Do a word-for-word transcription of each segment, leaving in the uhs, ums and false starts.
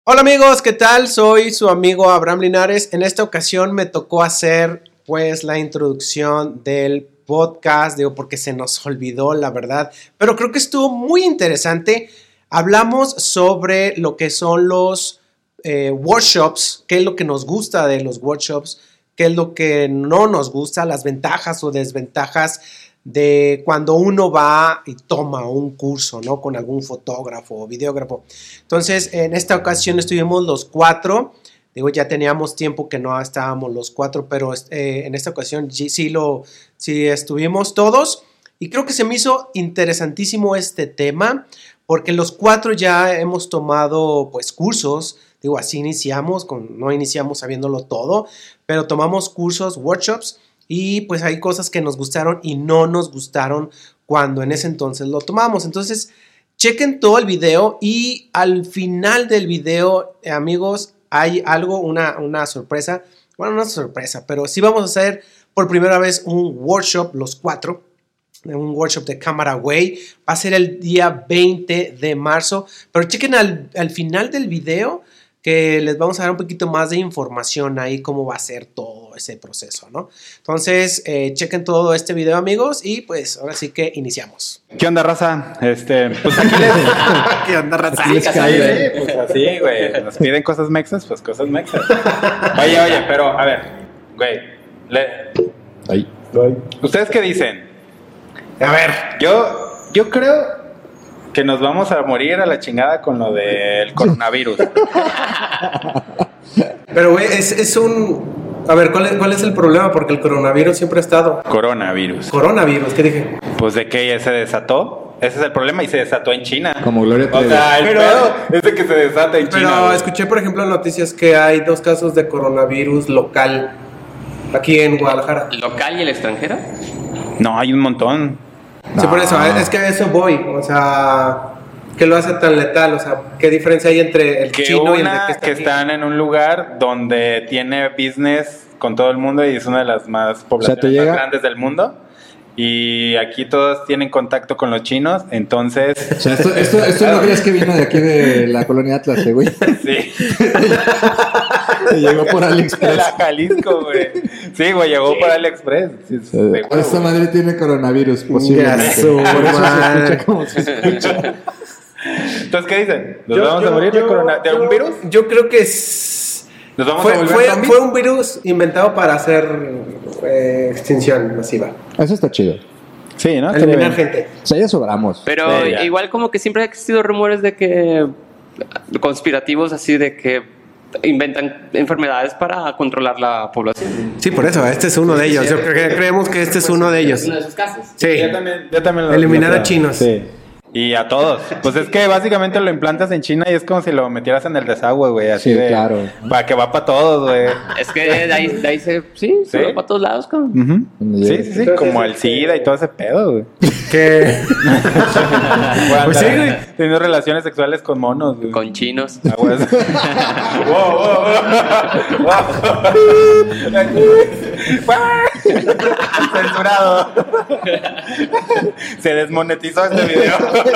Hola amigos, ¿qué tal? Soy su amigo Abraham Linares. En esta ocasión me tocó hacer pues la introducción del podcast, digo porque se nos olvidó la verdad, pero creo que estuvo muy interesante. Hablamos sobre lo que son los eh, workshops, qué es lo que nos gusta de los workshops, qué es lo que no nos gusta, las ventajas o desventajas de cuando uno va y toma un curso, ¿no? Con algún fotógrafo o videógrafo. Entonces, en esta ocasión estuvimos los cuatro. Digo, ya teníamos tiempo que no estábamos los cuatro, pero eh, en esta ocasión sí, lo, sí estuvimos todos. Y creo que se me hizo interesantísimo este tema, porque los cuatro ya hemos tomado, pues, cursos. Digo, así iniciamos, con, no iniciamos sabiéndolo todo, pero tomamos cursos, workshops. Y pues hay cosas que nos gustaron y no nos gustaron cuando en ese entonces lo tomamos. Entonces, chequen todo el video y al final del video, eh, amigos, hay algo, una, una sorpresa. Bueno, no sorpresa, pero sí vamos a hacer por primera vez un workshop, los cuatro. Un workshop de Camera Way. Va a ser el día veinte de marzo. Pero chequen al, al final del video, que les vamos a dar un poquito más de información ahí cómo va a ser todo ese proceso, ¿no? Entonces, eh, chequen todo este video, amigos, y pues ahora sí que iniciamos. ¿Qué onda, raza? Este, pues aquí les... ¿Qué onda, raza? Aquí les cae, ¿eh? Pues así, güey. Nos piden cosas mexas, pues cosas mexas. Oye, oye, pero, a ver, güey. Le... Ay. ¿Ustedes qué dicen? A ver. Yo, yo creo... que nos vamos a morir a la chingada con lo del coronavirus. Pero, güey, es, es un... A ver, ¿cuál es, ¿cuál es el problema? Porque el coronavirus siempre ha estado... Coronavirus. Coronavirus, ¿qué dije? Pues de que ya se desató. Ese es el problema y se desató en China. Como Gloria Trevi. O sea, el Pero- pedo es de que se desata en China. Pero güey. escuché, por ejemplo, en noticias que hay dos casos de coronavirus local aquí en Guadalajara. ¿Local y el extranjero? No, hay un montón. Sí, por eso, No. es que a eso voy. O sea, ¿qué lo hace tan letal? O sea, ¿qué diferencia hay entre el Que chino y el de una que está que aquí? están en un lugar donde tiene business con todo el mundo y es una de las más poblaciones ¿te llega? más grandes del mundo. Y aquí todos tienen contacto con los chinos, entonces... O sea, esto, esto, esto no crees que vino de aquí de la colonia Atlas, eh, güey. Sí. Te llegó por De AliExpress. la Jalisco, güey. Sí, güey, llegó por AliExpress. Sí, sí, Eh, de huevo, Esta güey. madre tiene coronavirus, posiblemente. Ya su Por eso se madre. escucha como se escucha. Entonces, ¿qué dicen? ¿Nos Yo- vamos yo- a morir de, yo- corona- de yo- un virus? Yo creo que es... ¿Nos vamos fue, a volver fue, zombies? fue un virus inventado para hacer eh, extinción masiva. Eso está chido. Sí, ¿no? Eliminar gente. O sea, ya sobramos. Pero Sí, ya. igual como que siempre ha existido rumores de que conspirativos así de que inventan enfermedades para controlar la población. Sí, por eso, este es uno de ellos. Yo creo que creemos que este es uno de ellos. Uno de esos casos. Sí. Yo también, yo también lo- Eliminar lo a creo. chinos. Sí. Y a todos. Pues es que básicamente lo implantas en China y es como si lo metieras en el desagüe, güey. Así Sí, de. claro. Para que va para todos, güey. Es que de ahí, de ahí se... Sí, se ¿Sí? va para todos lados. Con... Ujú. Cuando Sí, llegue. sí, sí. Como el SIDA y todo ese pedo, güey. Que... Pues Pues sí, güey. Teniendo relaciones sexuales con monos, güey. Con chinos. Ah, güey. Wow, wow, wow. Censurado. Se desmonetizó este video.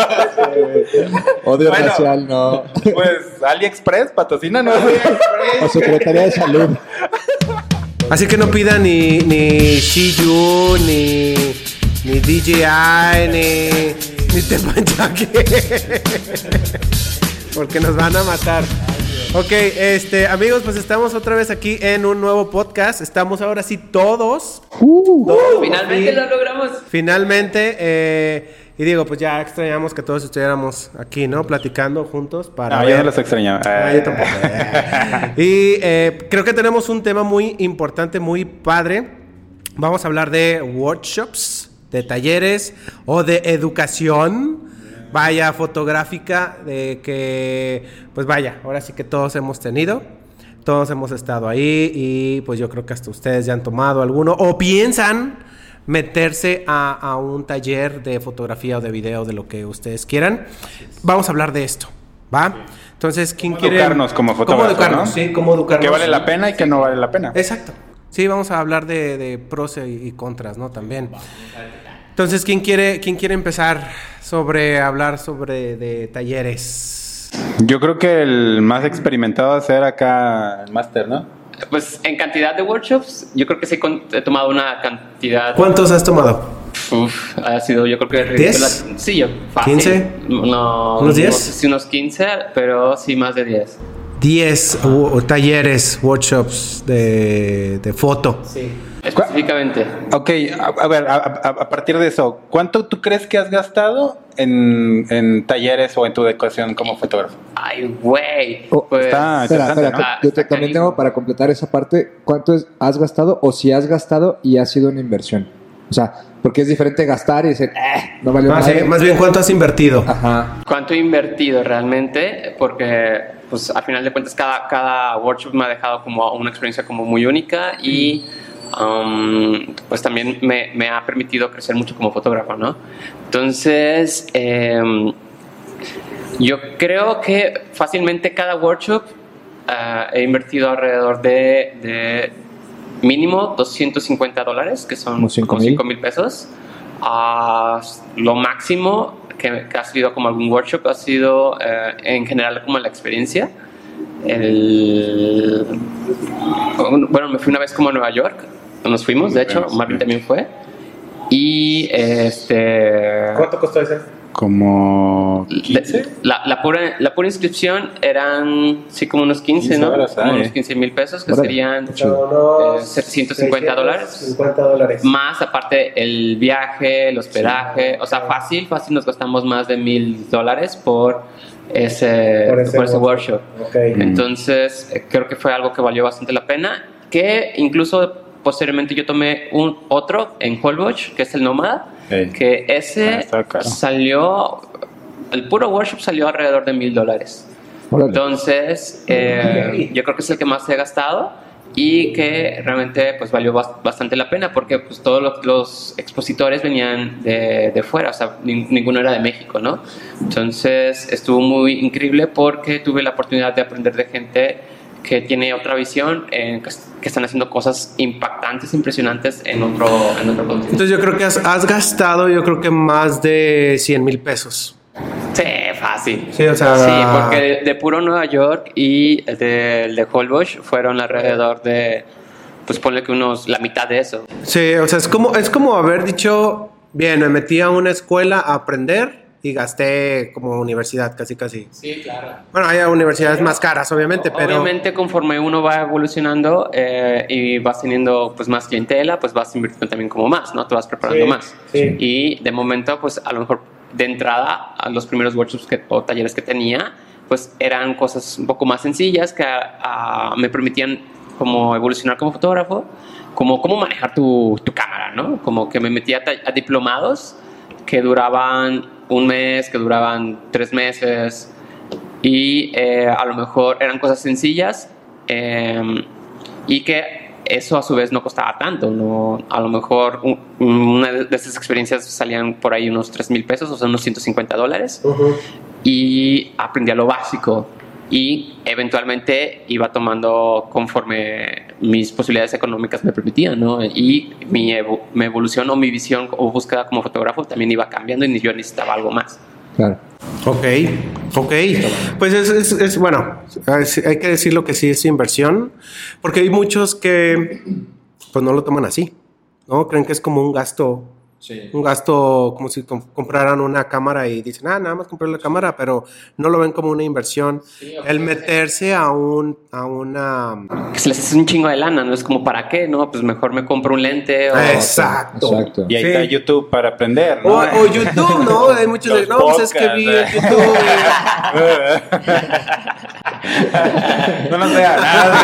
Odio Bueno. racial, no. Pues AliExpress, patrocínanos. O Secretaría de Salud. Así que no pidan ni, ni Shiyu, ni, ni D J I, ni, ni Teppanyaki. Porque nos van a matar. Ok, este, amigos, pues estamos otra vez aquí en un nuevo podcast. Estamos ahora sí todos. Finalmente lo logramos. Finalmente, eh, y digo, pues ya extrañamos que todos estuviéramos aquí, ¿no? Platicando juntos para No, ver- yo no los extrañaba. Ah, yo tampoco. Y eh, creo que tenemos un tema muy importante, muy padre. Vamos a hablar de workshops, de talleres o de educación, vaya, fotográfica, de que, pues vaya, ahora sí que todos hemos tenido. Todos hemos estado ahí y pues yo creo que hasta ustedes ya han tomado alguno o piensan meterse a, a un taller de fotografía o de video, de lo que ustedes quieran. Vamos a hablar de esto, ¿va? Entonces, ¿quién ¿Cómo quiere? educarnos como ¿Cómo fotógrafos, educarnos? no? Sí, cómo educarnos. ¿Qué vale la pena y qué no vale la pena? Exacto. Sí, vamos a hablar de, de pros y, y contras, ¿no? También. Entonces, ¿quién quiere, quién quiere empezar sobre hablar sobre de talleres? Yo creo que el más experimentado va a ser acá el máster, ¿no? Pues en cantidad de workshops, yo creo que sí con- he tomado una cantidad. ¿Cuántos has tomado? Uf, ha sido yo creo que ¿diez? ridícula. Sí, yo fácil. ¿quince? No, ¿Unos diez? No sé si unos quince, pero sí más de diez. diez uh, talleres, workshops de, de foto. Sí. Específicamente. Ok, a, a ver, a, a- a partir de eso, ¿cuánto tú crees que has gastado en, en talleres o en tu decoración como fotógrafo? Ay, güey. Oh, Pues, está- Espera, interesante, espera, ¿no? yo Está te- también canijo. tengo para completar esa parte, ¿cuánto es- has gastado o si has gastado y ha sido una inversión? O sea, porque es diferente gastar y decir, eh, no valió Ah, sí, madre. más bien, ¿cuánto has invertido? Ajá. ¿cuánto he invertido realmente? Porque, pues, a final de cuentas, cada, cada workshop me ha dejado como una experiencia como muy única y, um, pues, también me, me ha permitido crecer mucho como fotógrafo, ¿no? Entonces, em, yo creo que fácilmente cada workshop ah, he invertido alrededor de, de mínimo doscientos cincuenta dólares, que son Como cinco como mil. cinco mil pesos. Ah, lo máximo que, que ha sido como algún workshop ha sido eh, en general como la experiencia. El, bueno, me fui una vez como a Nueva York, nos fuimos, de hecho, Marvin también fue. Y este... costó ese? Como De- La, la, pura, la pura inscripción eran, sí, como unos quince, quince ¿no? dólares, Como ah, unos eh. quince mil pesos, que Órale. serían Chido. eh, ciento cincuenta dólares. cincuenta dólares. Más aparte el viaje, el hospedaje, o sea, fácil, fácil nos gastamos más de mil dólares por ese, Por por ese ese, workshop. Ok. Entonces, eh, creo que fue algo que valió bastante la pena, que incluso posteriormente yo tomé un otro en Holbox, que es el Nómada, Sí. que ese Ah, está caro. salió, el puro workshop salió alrededor de mil dólares. Órale. Entonces, eh, yo creo que es el que más he gastado y que realmente pues valió bas- bastante la pena porque pues todos los, los expositores venían de, de fuera, o sea, nin- ninguno era de México, ¿no? Entonces, estuvo muy increíble porque tuve la oportunidad de aprender de gente que tiene otra visión, eh, que, que están haciendo cosas impactantes, impresionantes en otro, en otro continente. Entonces yo creo que has, has gastado, yo creo que más de cien mil pesos. Sí, fácil. Sí, o sea- Sí, porque de, de puro Nueva York y de, de Holbox fueron alrededor de, pues ponle que unos, la mitad de eso. Sí, o sea, es como, es como haber dicho, bien, me metí a una escuela a aprender y gasté como universidad, casi casi. Sí, claro. Bueno, hay universidades más caras, obviamente, pero... Obviamente, conforme uno va evolucionando eh, y vas teniendo pues más clientela, pues vas invirtiendo también como más, ¿no? Te vas preparando Sí, más. sí. Y de momento, pues a lo mejor de entrada, a los primeros workshops que, o talleres que tenía, pues eran cosas un poco más sencillas que ah, me permitían como evolucionar como fotógrafo, como cómo manejar tu, tu cámara, ¿no? Como que me metía a, ta- a diplomados que duraban un mes, que duraban tres meses y eh, a lo mejor eran cosas sencillas eh, y que eso a su vez no costaba tanto, ¿no? A lo mejor un- una de esas experiencias salían por ahí unos tres mil pesos, o sea, unos ciento cincuenta dólares Ujú. y aprendía lo básico y eventualmente iba tomando conforme mis posibilidades económicas me permitían, ¿no? Y mi, evo- mi evolución o mi visión o búsqueda como fotógrafo también iba cambiando y yo necesitaba algo más. Claro. Ok, ok. Pues es, es, es- bueno, es- hay que decirlo que sí es inversión, porque hay muchos que pues no lo toman así, ¿no? Creen que es como un gasto, un gasto como si com- compraran una cámara y dicen, ah, nada más compré la cámara, pero no lo ven como una inversión. El meterse a un, a una... Que se les hace un chingo de lana, ¿no? Es como, ¿para qué? No, pues mejor me compro un lente o... Exacto. Exacto. Y ahí Sí. está YouTube para aprender, O, ¿no? o YouTube, ¿no? Hay muchos de, Los no, pues es que vi en podcasts, YouTube. No nos vea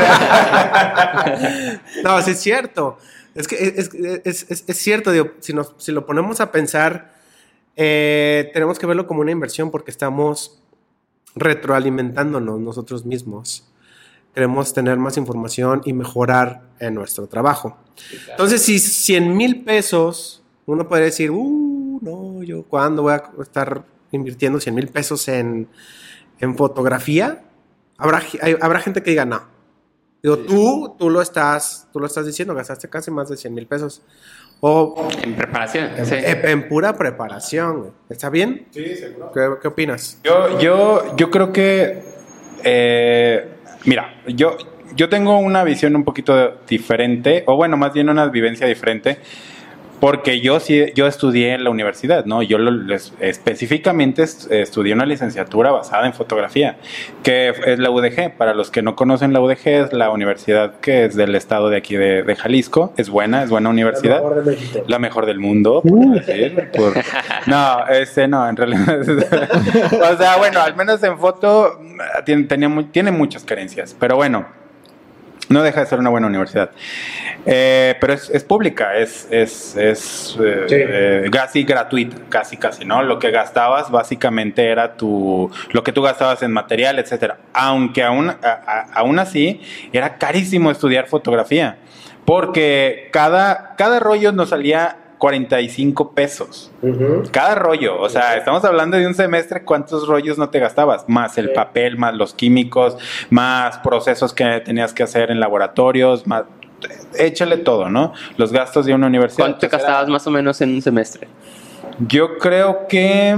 nada. No, sí es cierto. Es que es, es, es, es cierto, digo, si, nos, si lo ponemos a pensar, eh, tenemos que verlo como una inversión porque estamos retroalimentándonos nosotros mismos. Queremos tener más información y mejorar en nuestro trabajo. Entonces, si cien mil pesos, uno puede decir, uh, no, yo cuándo voy a estar invirtiendo cien mil pesos en, en fotografía. Habrá, hay- habrá gente que diga, no, Digo, sí. tú, tú lo estás, tú lo estás diciendo, gastaste casi más de cien mil pesos. O en preparación, en, sí. en, en pura preparación. ¿Está bien? Sí, seguro. ¿Qué, qué opinas? Yo, yo, yo creo que, eh, mira, yo, yo tengo una visión un poquito diferente, o bueno, más bien una vivencia diferente. Porque yo sí, yo estudié en la universidad, ¿no? Yo lo, les, específicamente est, estudié una licenciatura basada en fotografía, que es la U D G. Para los que no conocen, la U D G es la universidad que es del estado de aquí de, de Jalisco. Es buena, es buena universidad. La mejor de México. La mejor del mundo, por uh. decir. Por... No, este no, en realidad. O sea, bueno, al menos en foto tiene, tenía, tiene muchas carencias, pero bueno. No deja de ser una buena universidad. Eh, pero es, es pública, es, es, es eh, sí. eh, casi gratuita, casi, casi, ¿no? Lo que gastabas básicamente era tu, lo que tú gastabas en material, etcétera. Aunque aún, a, a, aún así era carísimo estudiar fotografía, porque cada, cada rollo nos salía cuarenta y cinco pesos. Uh-huh. Cada rollo. O sea, estamos hablando de un semestre, ¿cuántos rollos no te gastabas? Más el sí. papel, más los químicos, más procesos que tenías que hacer en laboratorios, más... Échale todo, ¿no? Los gastos de una universidad. ¿Cuánto te gastabas era... más o menos en un semestre? Yo creo que...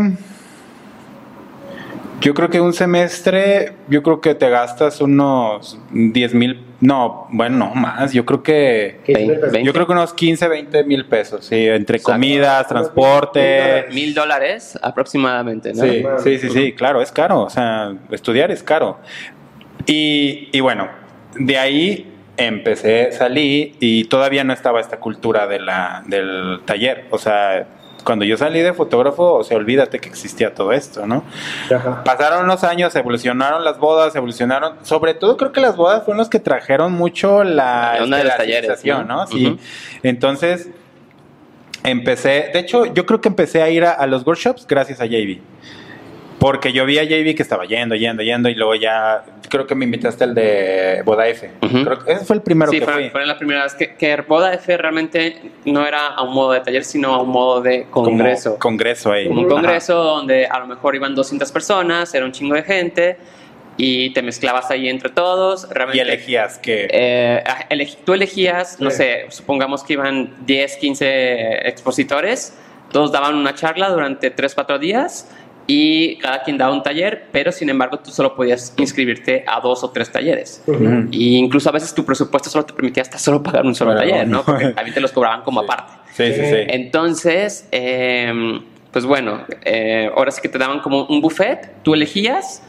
Yo creo que un semestre, yo creo que te gastas unos diez mil, no, bueno, no más, yo creo que, veinte, yo creo que unos quince, veinte mil pesos, sí, entre Exacto. comidas, transporte. Mil dólares aproximadamente, ¿no? Sí, sí, sí, sí, claro, es caro, o sea, estudiar es caro. Y, y bueno, de ahí empecé, salí y todavía no estaba esta cultura de la, del taller, o sea... Cuando yo salí de fotógrafo, o sea, olvídate que existía todo esto, ¿no? Ajá. Pasaron los años, evolucionaron las bodas, evolucionaron... Sobre todo creo que las bodas fueron los que trajeron mucho la... Una de los talleres, ¿no? ¿no? Sí. Uh-huh. Entonces, empecé... De hecho, yo creo que empecé a ir a, a los workshops gracias a J B. Porque yo vi a J B que estaba yendo, yendo, yendo, y luego ya... Creo que me invitaste al de Boda F. Uh-huh. Creo que ese fue el primero sí, que fue, fui. fue la primera vez que, que Boda F realmente no era a un modo de taller, sino a un modo de congreso. Como congreso ahí. Como un congreso Ajá. donde a lo mejor iban doscientas personas, era un chingo de gente, y te mezclabas ahí entre todos. Realmente, y elegías que... Eh, eleg- tú elegías, sí. no sé, supongamos que iban diez, quince expositores, todos daban una charla durante tres, cuatro días, y cada quien daba un taller, pero sin embargo tú solo podías inscribirte a dos o tres talleres. Uh-huh. Y incluso a veces tu presupuesto solo te permitía hasta solo pagar un solo bueno, taller, ¿no? Porque también te los cobraban como sí. aparte. Sí, sí, sí. Entonces, eh, pues bueno, eh, ahora sí que te daban como un buffet, tú elegías.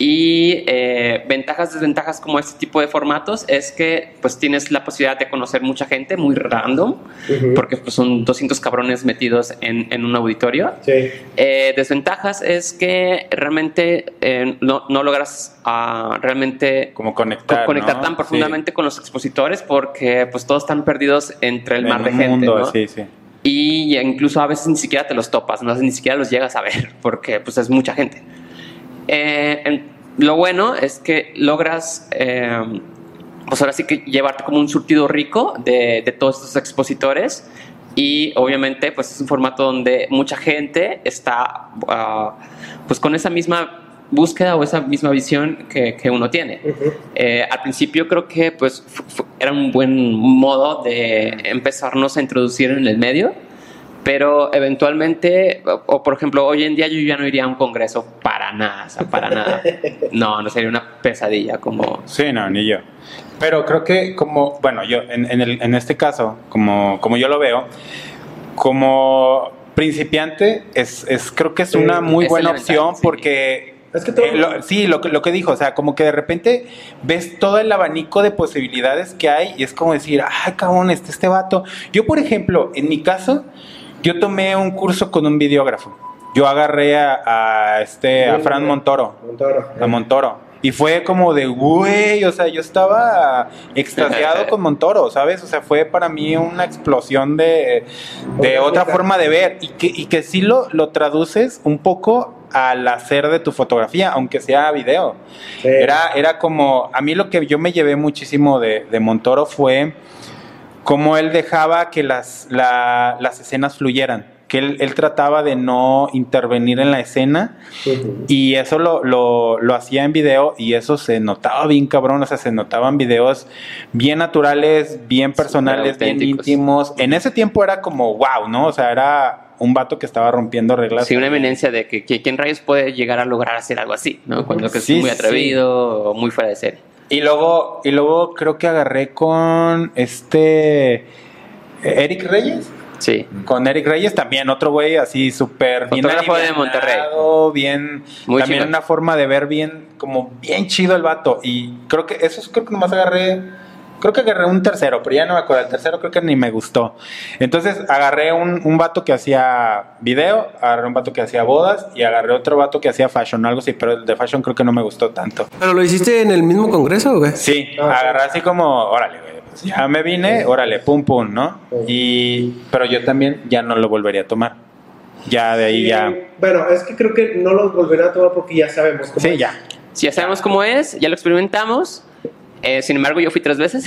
Y eh, ventajas, desventajas como este tipo de formatos es que pues tienes la posibilidad de conocer mucha gente muy random, uh-huh. porque pues, son doscientos cabrones metidos en, en un auditorio. Sí. Eh, desventajas es que realmente eh, no, no logras uh, realmente como conectar, co- conectar ¿no? tan profundamente sí. con los expositores porque pues todos están perdidos entre el en mar de gente, mundo, ¿no? Sí, sí. Y incluso a veces ni siquiera te los topas, no ni siquiera los llegas a ver porque pues es mucha gente. Eh, en, lo bueno es que logras, eh, pues ahora sí que llevarte como un surtido rico de, de todos estos expositores y obviamente pues es un formato donde mucha gente está uh, pues con esa misma búsqueda o esa misma visión que, que uno tiene. Uh-huh. Eh, al principio creo que pues f- f- era un buen modo de empezarnos a introducir en el medio. Pero eventualmente, o, o por ejemplo, hoy en día yo ya no iría a un congreso para nada, o sea, para nada. No, no sería una pesadilla como... Sí, no, ni yo. Pero creo que como, bueno, yo en, en, el, en este caso, como, como yo lo veo, como principiante, es, es creo que es una muy es buena elemental, opción sí. porque... Es que todo... eh, lo, sí, lo, lo que dijo, o sea, como que de repente ves todo el abanico de posibilidades que hay y es como decir, ay, cabrón, este, este vato. Yo, por ejemplo, en mi caso... Yo tomé un curso con un videógrafo. Yo agarré a, a este a Fran Montoro. Montoro. A Montoro. Y fue como de, güey, o sea, yo estaba extasiado con Montoro, ¿sabes? O sea, fue para mí una explosión de, de otra forma de ver. Y que, y que sí lo, lo traduces un poco al hacer de tu fotografía, aunque sea video. Sí. Era, era como, a mí lo que yo me llevé muchísimo de, de Montoro fue... cómo él dejaba que las, la, las escenas fluyeran. que él, él trataba de no intervenir en la escena, uh-huh. y eso lo, lo, lo hacía en video, y eso se notaba bien cabrón, o sea, se notaban videos bien naturales, bien personales, bien íntimos. En ese tiempo era como wow, ¿no? O sea, era un vato que estaba rompiendo reglas. Sí, una eminencia de que, que quién rayos puede llegar a lograr hacer algo así, ¿no? Cuando que sí, es muy atrevido, sí. o muy fuera de serie. Y luego, y luego creo que agarré con este Eric Reyes. Sí. Con Eric Reyes también, otro güey así súper bien fotógrafo de Monterrey. Bien, muy también chido. Una forma de ver bien, como bien chido el vato. Y creo que eso creo que nomás agarré, creo que agarré un tercero, pero ya no me acuerdo. El tercero creo que ni me gustó. Entonces agarré un, un vato que hacía video, agarré un vato que hacía bodas y agarré otro vato que hacía fashion, algo así, pero el de fashion creo que no me gustó tanto. ¿Pero lo hiciste en el mismo congreso, güey? Sí, ah, agarré así como, órale, güey. Ya me vine, órale, pum, pum, ¿no? Y, pero yo también ya no lo volvería a tomar. Ya de ahí sí, ya... Bueno, es que creo que no lo volveré a tomar porque ya sabemos cómo sí, es. ya. Sí, ya sabemos cómo es, ya lo experimentamos. Eh, sin embargo, yo fui tres veces.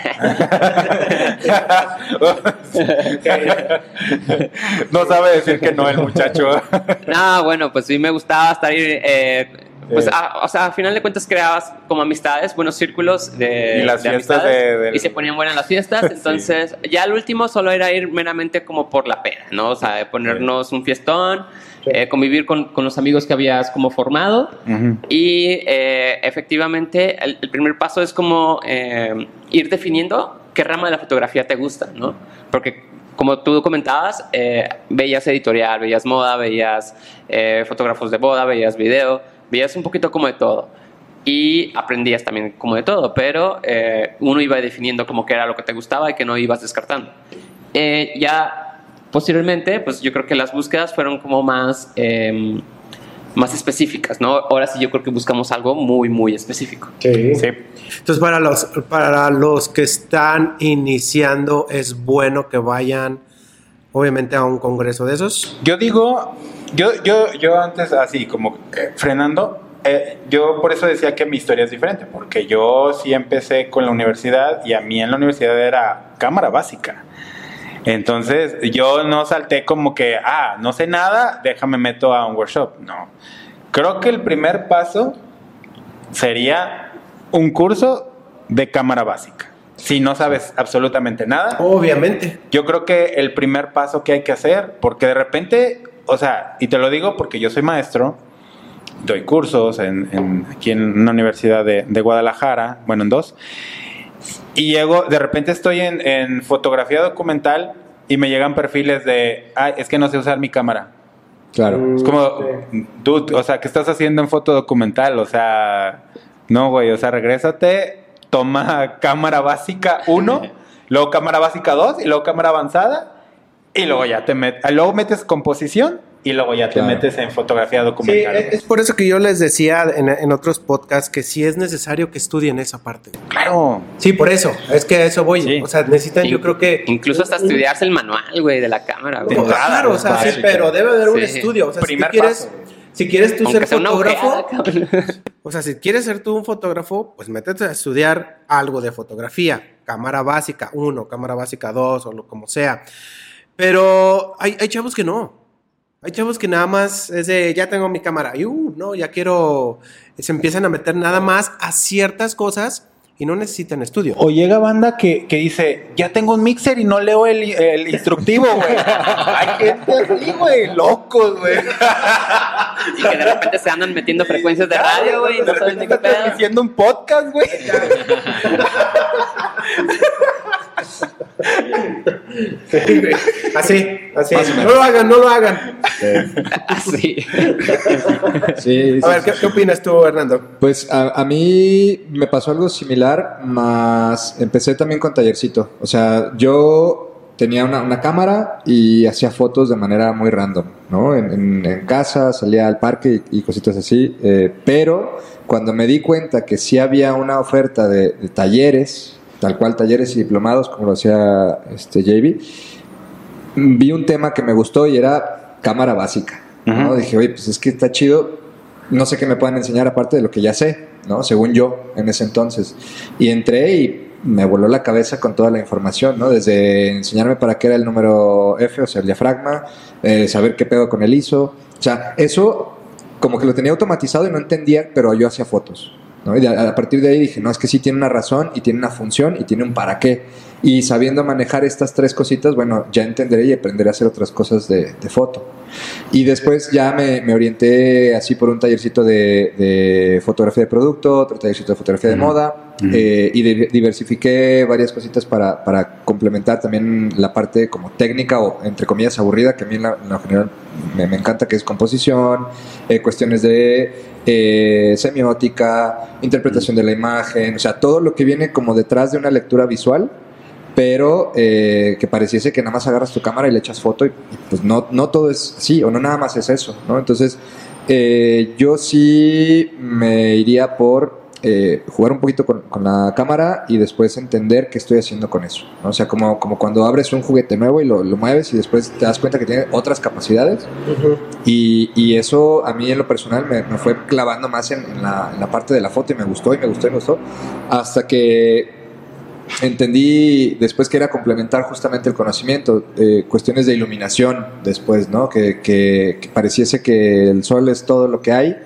No sabe decir que no el muchacho. No, bueno, pues sí me gustaba estar ahí... Eh, Pues, a, o sea, al final de cuentas creabas como amistades, buenos círculos de, y las de fiestas amistades, de, de... y se ponían buenas las fiestas. Entonces, sí. ya al último solo era ir meramente como por la pena, ¿no? O sea, de ponernos sí. un fiestón, sí. eh, convivir con, con los amigos que habías como formado. Uh-huh. Y eh, efectivamente, el, el primer paso es como eh, ir definiendo qué rama de la fotografía te gusta, ¿no? Porque como tú comentabas, eh, veías editorial, veías moda, veías eh, fotógrafos de boda, veías video, veías un poquito como de todo y aprendías también como de todo, pero eh, uno iba definiendo como qué era lo que te gustaba y que no ibas descartando. Eh, ya posteriormente, pues yo creo que las búsquedas fueron como más, eh, más específicas, ¿no? Ahora sí yo creo que buscamos algo muy, muy específico. Sí. sí. Entonces para los, para los que están iniciando es bueno que vayan obviamente a un congreso de esos. Yo digo... Yo, yo, yo antes así como eh, frenando, eh, yo por eso decía que mi historia es diferente, porque yo sí empecé con la universidad y a mí en la universidad era cámara básica. Entonces yo no salté como que, ah, no sé nada, déjame meto a un workshop. No, creo que el primer paso sería un curso de cámara básica. Si no sabes absolutamente nada. Obviamente. Yo creo que el primer paso que hay que hacer, porque de repente... O sea, y te lo digo porque yo soy maestro, doy cursos en, en, aquí en una universidad de, de Guadalajara, bueno, en dos, y llego, de repente estoy en, en fotografía documental y me llegan perfiles de, ay, es que no sé usar mi cámara. Claro. Es como, dude, o sea, ¿qué estás haciendo en foto documental? O sea, no, güey, o sea, regrésate, toma cámara básica uno, luego cámara básica dos y luego cámara avanzada. Y luego ya te metes, luego metes composición y luego ya te claro. metes en fotografía documental. Sí, es por eso que yo les decía en, en otros podcasts que sí es necesario que estudien esa parte. Claro. Sí, por eso, es que a eso voy. Sí. O sea, necesitan, In, yo creo que... Incluso hasta estudiarse el manual, güey, de la cámara. Güey. No, claro, o sea, sí, pero debe haber sí. un estudio. O sea, Primer si tú quieres... paso. Si quieres tú Aunque ser fotógrafo, ojeada, o sea, si quieres ser tú un fotógrafo, pues métete a estudiar algo de fotografía. Cámara básica uno, cámara básica dos o lo como sea. Pero hay, hay chavos que no. Hay chavos que nada más es de, ya tengo mi cámara. Y, uh, no, ya quiero... Se empiezan a meter nada más a ciertas cosas y no necesitan estudio. O llega banda que, que dice, ya tengo un mixer y no leo el, el instructivo, güey. Hay gente así, güey, locos, güey. Y que de repente se andan metiendo frecuencias de radio, güey. No saben ni qué pedo. Haciendo un podcast, güey. Sí, así, así. No lo hagan, no lo hagan. Así. Sí, sí, a ver, ¿qué, ¿qué opinas tú, Hernando? Pues a, a mí me pasó algo similar, más empecé también con tallercito. O sea, yo tenía una, una cámara y hacía fotos de manera muy random, ¿no? En, en, en casa, salía al parque y, y cositas así. Eh, pero cuando me di cuenta que sí había una oferta de, de talleres, tal cual talleres y diplomados, como lo hacía este J B, vi un tema que me gustó y era cámara básica, ¿no? Uh-huh. Dije, oye, pues es que está chido, no sé qué me puedan enseñar aparte de lo que ya sé, ¿no? Según yo, en ese entonces. Y entré y me voló la cabeza con toda la información, ¿no? Desde enseñarme para qué era el número F, o sea, el diafragma, eh, saber qué pedo con el I S O. O sea, eso como que lo tenía automatizado y no entendía, pero yo hacía fotos, ¿no? Y de, a partir de ahí dije, no, es que sí tiene una razón y tiene una función y tiene un para qué. Y sabiendo manejar estas tres cositas, bueno, ya entenderé y aprenderé a hacer otras cosas de, de foto. Y después ya me, me orienté así por un tallercito de, de fotografía de producto, otro tallercito de fotografía de moda, uh-huh. eh, y de, diversifiqué varias cositas para, para complementar también la parte como técnica o entre comillas aburrida, que a mí en, la, en lo general me, me encanta, que es composición, eh, cuestiones de eh, semiótica, interpretación uh-huh. de la imagen, o sea, todo lo que viene como detrás de una lectura visual, pero eh, que pareciese que nada más agarras tu cámara y le echas foto y, y pues no, no todo es así, o no nada más es eso, ¿no? Entonces eh, yo sí me iría por eh, jugar un poquito con, con la cámara y después entender qué estoy haciendo con eso, ¿no? O sea, como, como cuando abres un juguete nuevo y lo, lo mueves y después te das cuenta que tiene otras capacidades, uh-huh. y, y eso a mí en lo personal me, me fue clavando más en, en, la, en la parte de la foto y me gustó y me gustó y me gustó hasta que entendí después que era complementar justamente el conocimiento, eh, cuestiones de iluminación después, ¿no? Que, que, que pareciese que el sol es todo lo que hay,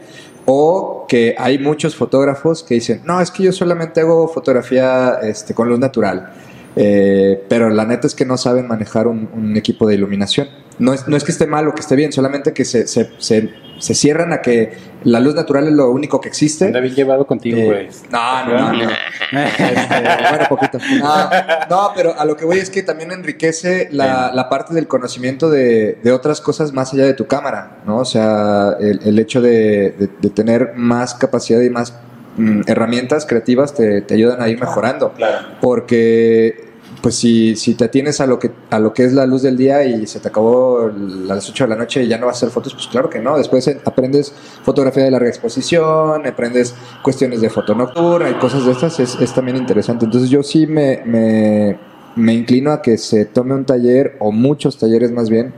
o que hay muchos fotógrafos que dicen, no, es que yo solamente hago fotografía este, con luz natural, eh, pero la neta es que no saben manejar un, un equipo de iluminación. No es, no es que esté mal o que esté bien, solamente que se, se, se, se cierran a que la luz natural es lo único que existe. ¿Dónde habéis llevado contigo, güey? Eh, no, no, no. no. este, bueno, poquito. No, no, pero a lo que voy es que también enriquece la, la parte del conocimiento de, de otras cosas más allá de tu cámara, ¿no? O sea, el, el hecho de, de, de tener más capacidad y más mm, herramientas creativas te, te ayudan a ir mejorando. Claro. Porque pues si, si te atienes a lo que a lo que es la luz del día y se te acabó a las ocho de la noche y ya no vas a hacer fotos, pues claro que no. Después aprendes fotografía de larga exposición, aprendes cuestiones de foto nocturna y cosas de estas, es, es también interesante. Entonces yo sí me, me, me inclino a que se tome un taller, o muchos talleres más bien,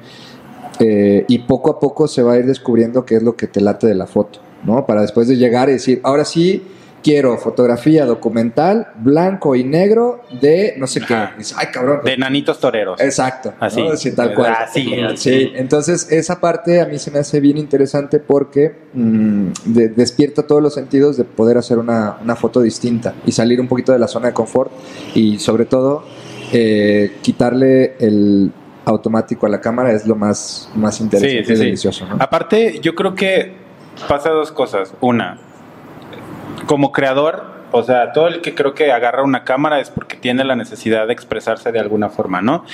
eh, y poco a poco se va a ir descubriendo qué es lo que te late de la foto, ¿no? Para después de llegar y decir, ahora sí quiero fotografía documental, blanco y negro de no sé qué. Dice, ay, cabrón. De nanitos toreros. Exacto. Así. ¿no? Sí, tal cual. Así, así. Sí, entonces esa parte a mí se me hace bien interesante porque mmm, de, despierta todos los sentidos de poder hacer una, una foto distinta y salir un poquito de la zona de confort y sobre todo eh, quitarle el automático a la cámara es lo más, más interesante, sí, sí, y delicioso, sí. ¿no? Aparte, yo creo que pasa dos cosas. Una, como creador, o sea, todo el que creo que agarra una cámara es porque tiene la necesidad de expresarse de alguna forma, ¿no?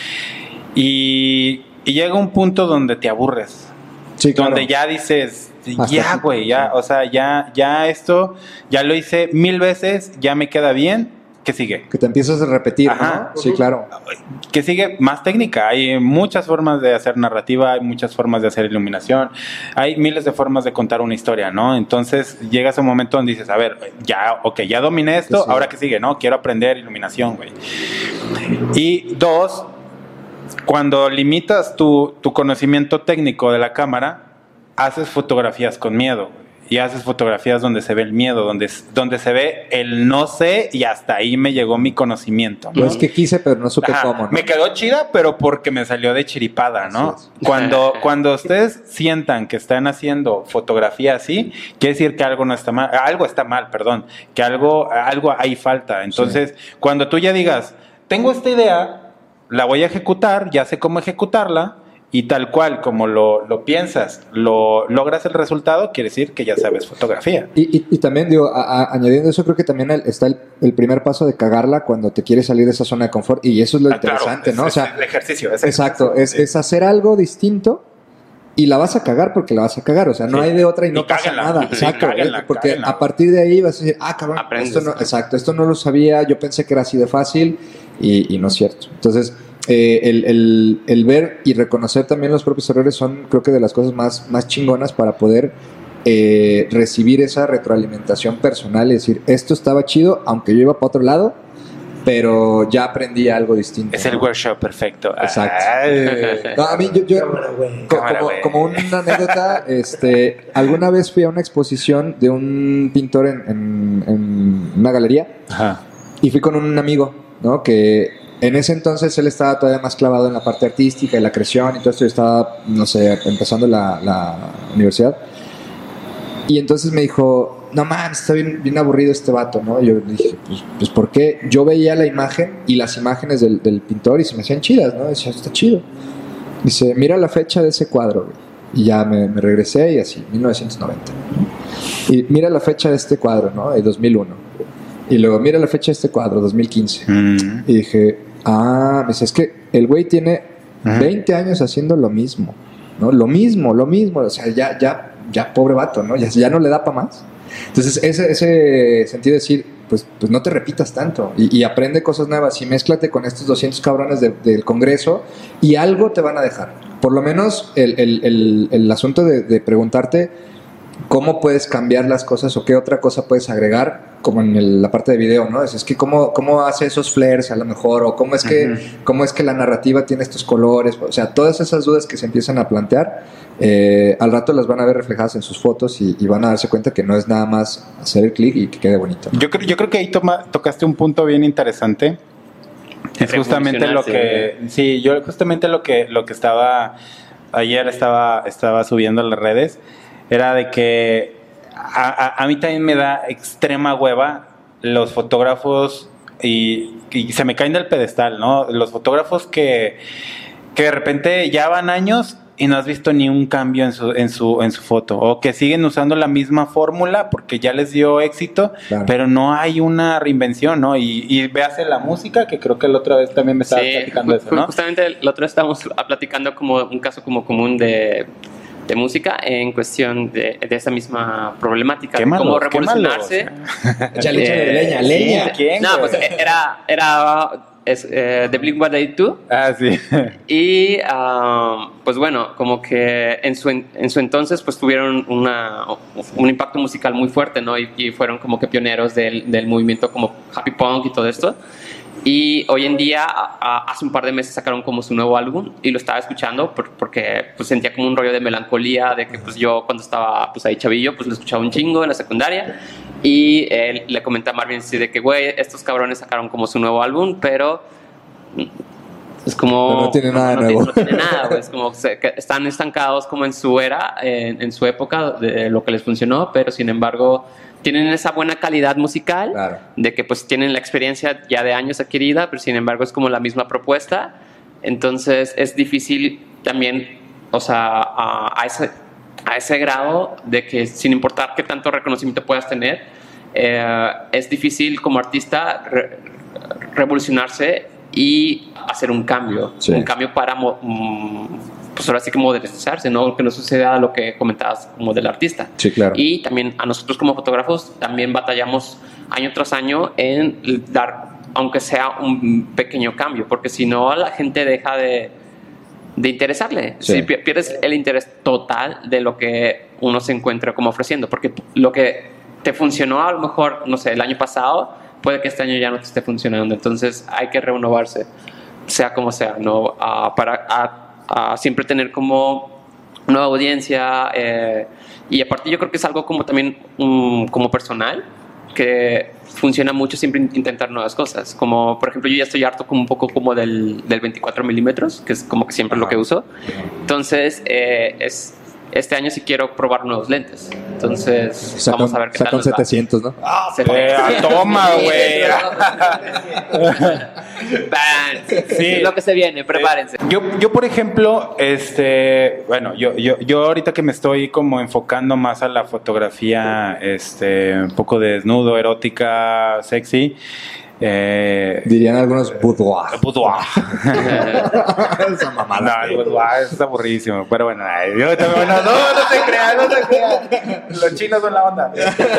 Y, y llega un punto donde te aburres, sí, claro. Donde ya dices, ya, güey, ya, o sea, ya, ya esto, ya lo hice mil veces, ya me queda bien. ¿Qué sigue? Que te empiezas a repetir, ajá, ¿no? Sí, claro. ¿Qué sigue? Más técnica. Hay muchas formas de hacer narrativa, hay muchas formas de hacer iluminación, hay miles de formas de contar una historia, ¿no? Entonces llegas a un momento donde dices, a ver, ya, ok, ya dominé esto, sí, sí. Ahora ¿qué sigue? No, quiero aprender iluminación, güey. Y dos, cuando limitas tu, tu conocimiento técnico de la cámara, haces fotografías con miedo, güey. Y haces fotografías donde se ve el miedo, donde, donde se ve el no sé y hasta ahí me llegó mi conocimiento, ¿no? No es que quise, pero no supe Ajá, cómo, ¿no? Me quedó chida, pero porque me salió de chiripada, ¿no? Sí, sí. Cuando, cuando ustedes sientan que están haciendo fotografía así, quiere decir que algo no está mal, algo está mal, perdón, que algo, algo hay falta. Entonces, sí. Cuando tú ya digas, tengo esta idea, la voy a ejecutar, ya sé cómo ejecutarla, y tal cual como lo, lo piensas, lo logras el resultado, quiere decir que ya sabes fotografía. Y, y, y también, digo, a, a, añadiendo eso, creo que también el, está el, el primer paso de cagarla cuando te quieres salir de esa zona de confort, y eso es lo ah, interesante, claro, ¿no? Es, o sea, el ejercicio. Es exacto, ejercicio, es, sí. es hacer algo distinto y la vas a cagar porque la vas a cagar, o sea, no sí. hay de otra y no y pasa cáguenla, nada. Sí, exacto, cáguenla, porque cáguenla. A partir de ahí vas a decir, ah, cabrón, Aprendes, esto no, ¿no? exacto, esto no lo sabía, yo pensé que era así de fácil y, y no es cierto. Entonces, Eh, el, el, el ver y reconocer también los propios errores son, creo que, de las cosas más, más chingonas para poder eh, recibir esa retroalimentación personal y decir, esto estaba chido, aunque yo iba para otro lado, pero ya aprendí algo distinto. Es ¿no? el workshop perfecto. Exacto. No, a mí, yo, yo Cámara, co Cámara, como, como una anécdota, este, alguna vez fui a una exposición de un pintor en, en, en una galería. Ajá. y fui con un amigo, ¿no? Que en ese entonces él estaba todavía más clavado en la parte artística y la creación y todo esto. Yo estaba, no sé, empezando la, la universidad. Y entonces me dijo, no man, está bien, bien aburrido este vato, ¿no? Y yo dije, pues, pues ¿por qué? Yo veía la imagen y las imágenes del, del pintor y se me hacían chidas, ¿no? Decía, está chido. Dice, mira la fecha de ese cuadro, güey. Y ya me, me regresé y así, mil novecientos noventa. Y mira la fecha de este cuadro, ¿no? De dos mil uno. Y luego, mira la fecha de este cuadro, dos mil quince. Mm. Y dije, ah, me dice, es que el güey tiene uh-huh. veinte años haciendo lo mismo, ¿no? Lo mismo, lo mismo. O sea, ya, ya, ya, pobre vato, ¿no? Ya, ya no le da para más. Entonces, ese, ese sentido de decir, pues, pues no te repitas tanto y, y aprende cosas nuevas y mézclate con estos doscientos cabrones de, del Congreso y algo te van a dejar. Por lo menos el, el, el, el asunto de, de preguntarte cómo puedes cambiar las cosas o qué otra cosa puedes agregar, como en el, la parte de video, ¿no? Es, es que cómo, cómo hace esos flares a lo mejor, o cómo es, que, uh-huh. cómo es que la narrativa tiene estos colores, o sea, todas esas dudas que se empiezan a plantear, eh, al rato las van a ver reflejadas en sus fotos y, y van a darse cuenta que no es nada más hacer el clic y que quede bonito, ¿no? Yo creo, yo creo que ahí toma, tocaste un punto bien interesante. Es justamente lo que, sí, yo justamente lo que, lo que estaba, ayer estaba, estaba subiendo a las redes, era de que a, a, a mí también me da extrema hueva los fotógrafos y, y se me caen del pedestal, ¿no? Los fotógrafos que, que de repente ya van años y no has visto ni un cambio en su, en su, en su foto, o que siguen usando la misma fórmula porque ya les dio éxito, claro. pero no hay una reinvención, ¿no? Y, y véase la música, que creo que la otra vez también me estaba sí, platicando ju- eso, ¿no? Justamente la otra vez estábamos platicando como un caso como común de, de música en cuestión de, de esa misma problemática, de cómo revolucionarse. Échale, échale, leña, leña. ¿Quién? No, pues era... era Es, eh, de Blink ciento ochenta y dos. Ah, sí. Y um, pues bueno, como que en su, en su entonces pues tuvieron una, un impacto musical muy fuerte, ¿no? Y, y fueron como que pioneros del, del movimiento como happy punk y todo esto. Y hoy en día, a, hace un par de meses sacaron como su nuevo álbum y lo estaba escuchando por, porque pues sentía como un rollo de melancolía, de que pues yo cuando estaba pues ahí chavillo, pues lo escuchaba un chingo en la secundaria. Y él le comenta a Marvin sí, de que, güey, estos cabrones sacaron como su nuevo álbum, pero es como... Pero no tiene nada no, no nuevo. Tiene, no tiene nada, güey. Es como se, que están estancados como en su era, en, en su época, de lo que les funcionó, pero sin embargo tienen esa buena calidad musical, claro. de que pues tienen la experiencia ya de años adquirida, pero sin embargo es como la misma propuesta. Entonces es difícil también, o sea, a, a ese... a ese grado de que sin importar qué tanto reconocimiento puedas tener, eh, es difícil como artista re- revolucionarse y hacer un cambio, sí. un cambio para mo- pues ahora sí que modernizarse, ¿no? Que no suceda lo que comentabas como del artista. Sí, claro. Y también a nosotros como fotógrafos también batallamos año tras año en dar, aunque sea un pequeño cambio, porque si no la gente deja de de interesarle, sí. Si pierdes el interés total de lo que uno se encuentra como ofreciendo, porque lo que te funcionó a lo mejor, no sé, el año pasado, puede que este año ya no te esté funcionando, entonces hay que renovarse, sea como sea, ¿no? Uh, para a, a siempre tener como nueva audiencia, eh, y aparte yo creo que es algo como también um, como personal, que funciona mucho siempre intentar nuevas cosas, como por ejemplo yo ya estoy harto como un poco como del, del veinticuatro milímetros, que es como que siempre Ajá. lo que uso, entonces eh, es, este año sí quiero probar nuevos lentes, entonces saca, vamos a ver qué tal nos setecientos, va. ¿no? Ah, eh, toma, güey. Sí, es lo que se viene, prepárense. Yo, yo por ejemplo, este, bueno, yo, yo, yo ahorita que me estoy como enfocando más a la fotografía, este, un poco de desnudo, erótica, sexy. Eh, Dirían algunos boudoir. Boudoir. Esa mamada. No, el boudoir es aburridísimo. Pero bueno, ay, yo también, no, no, no te creas, no te creas. Los chinos son la onda.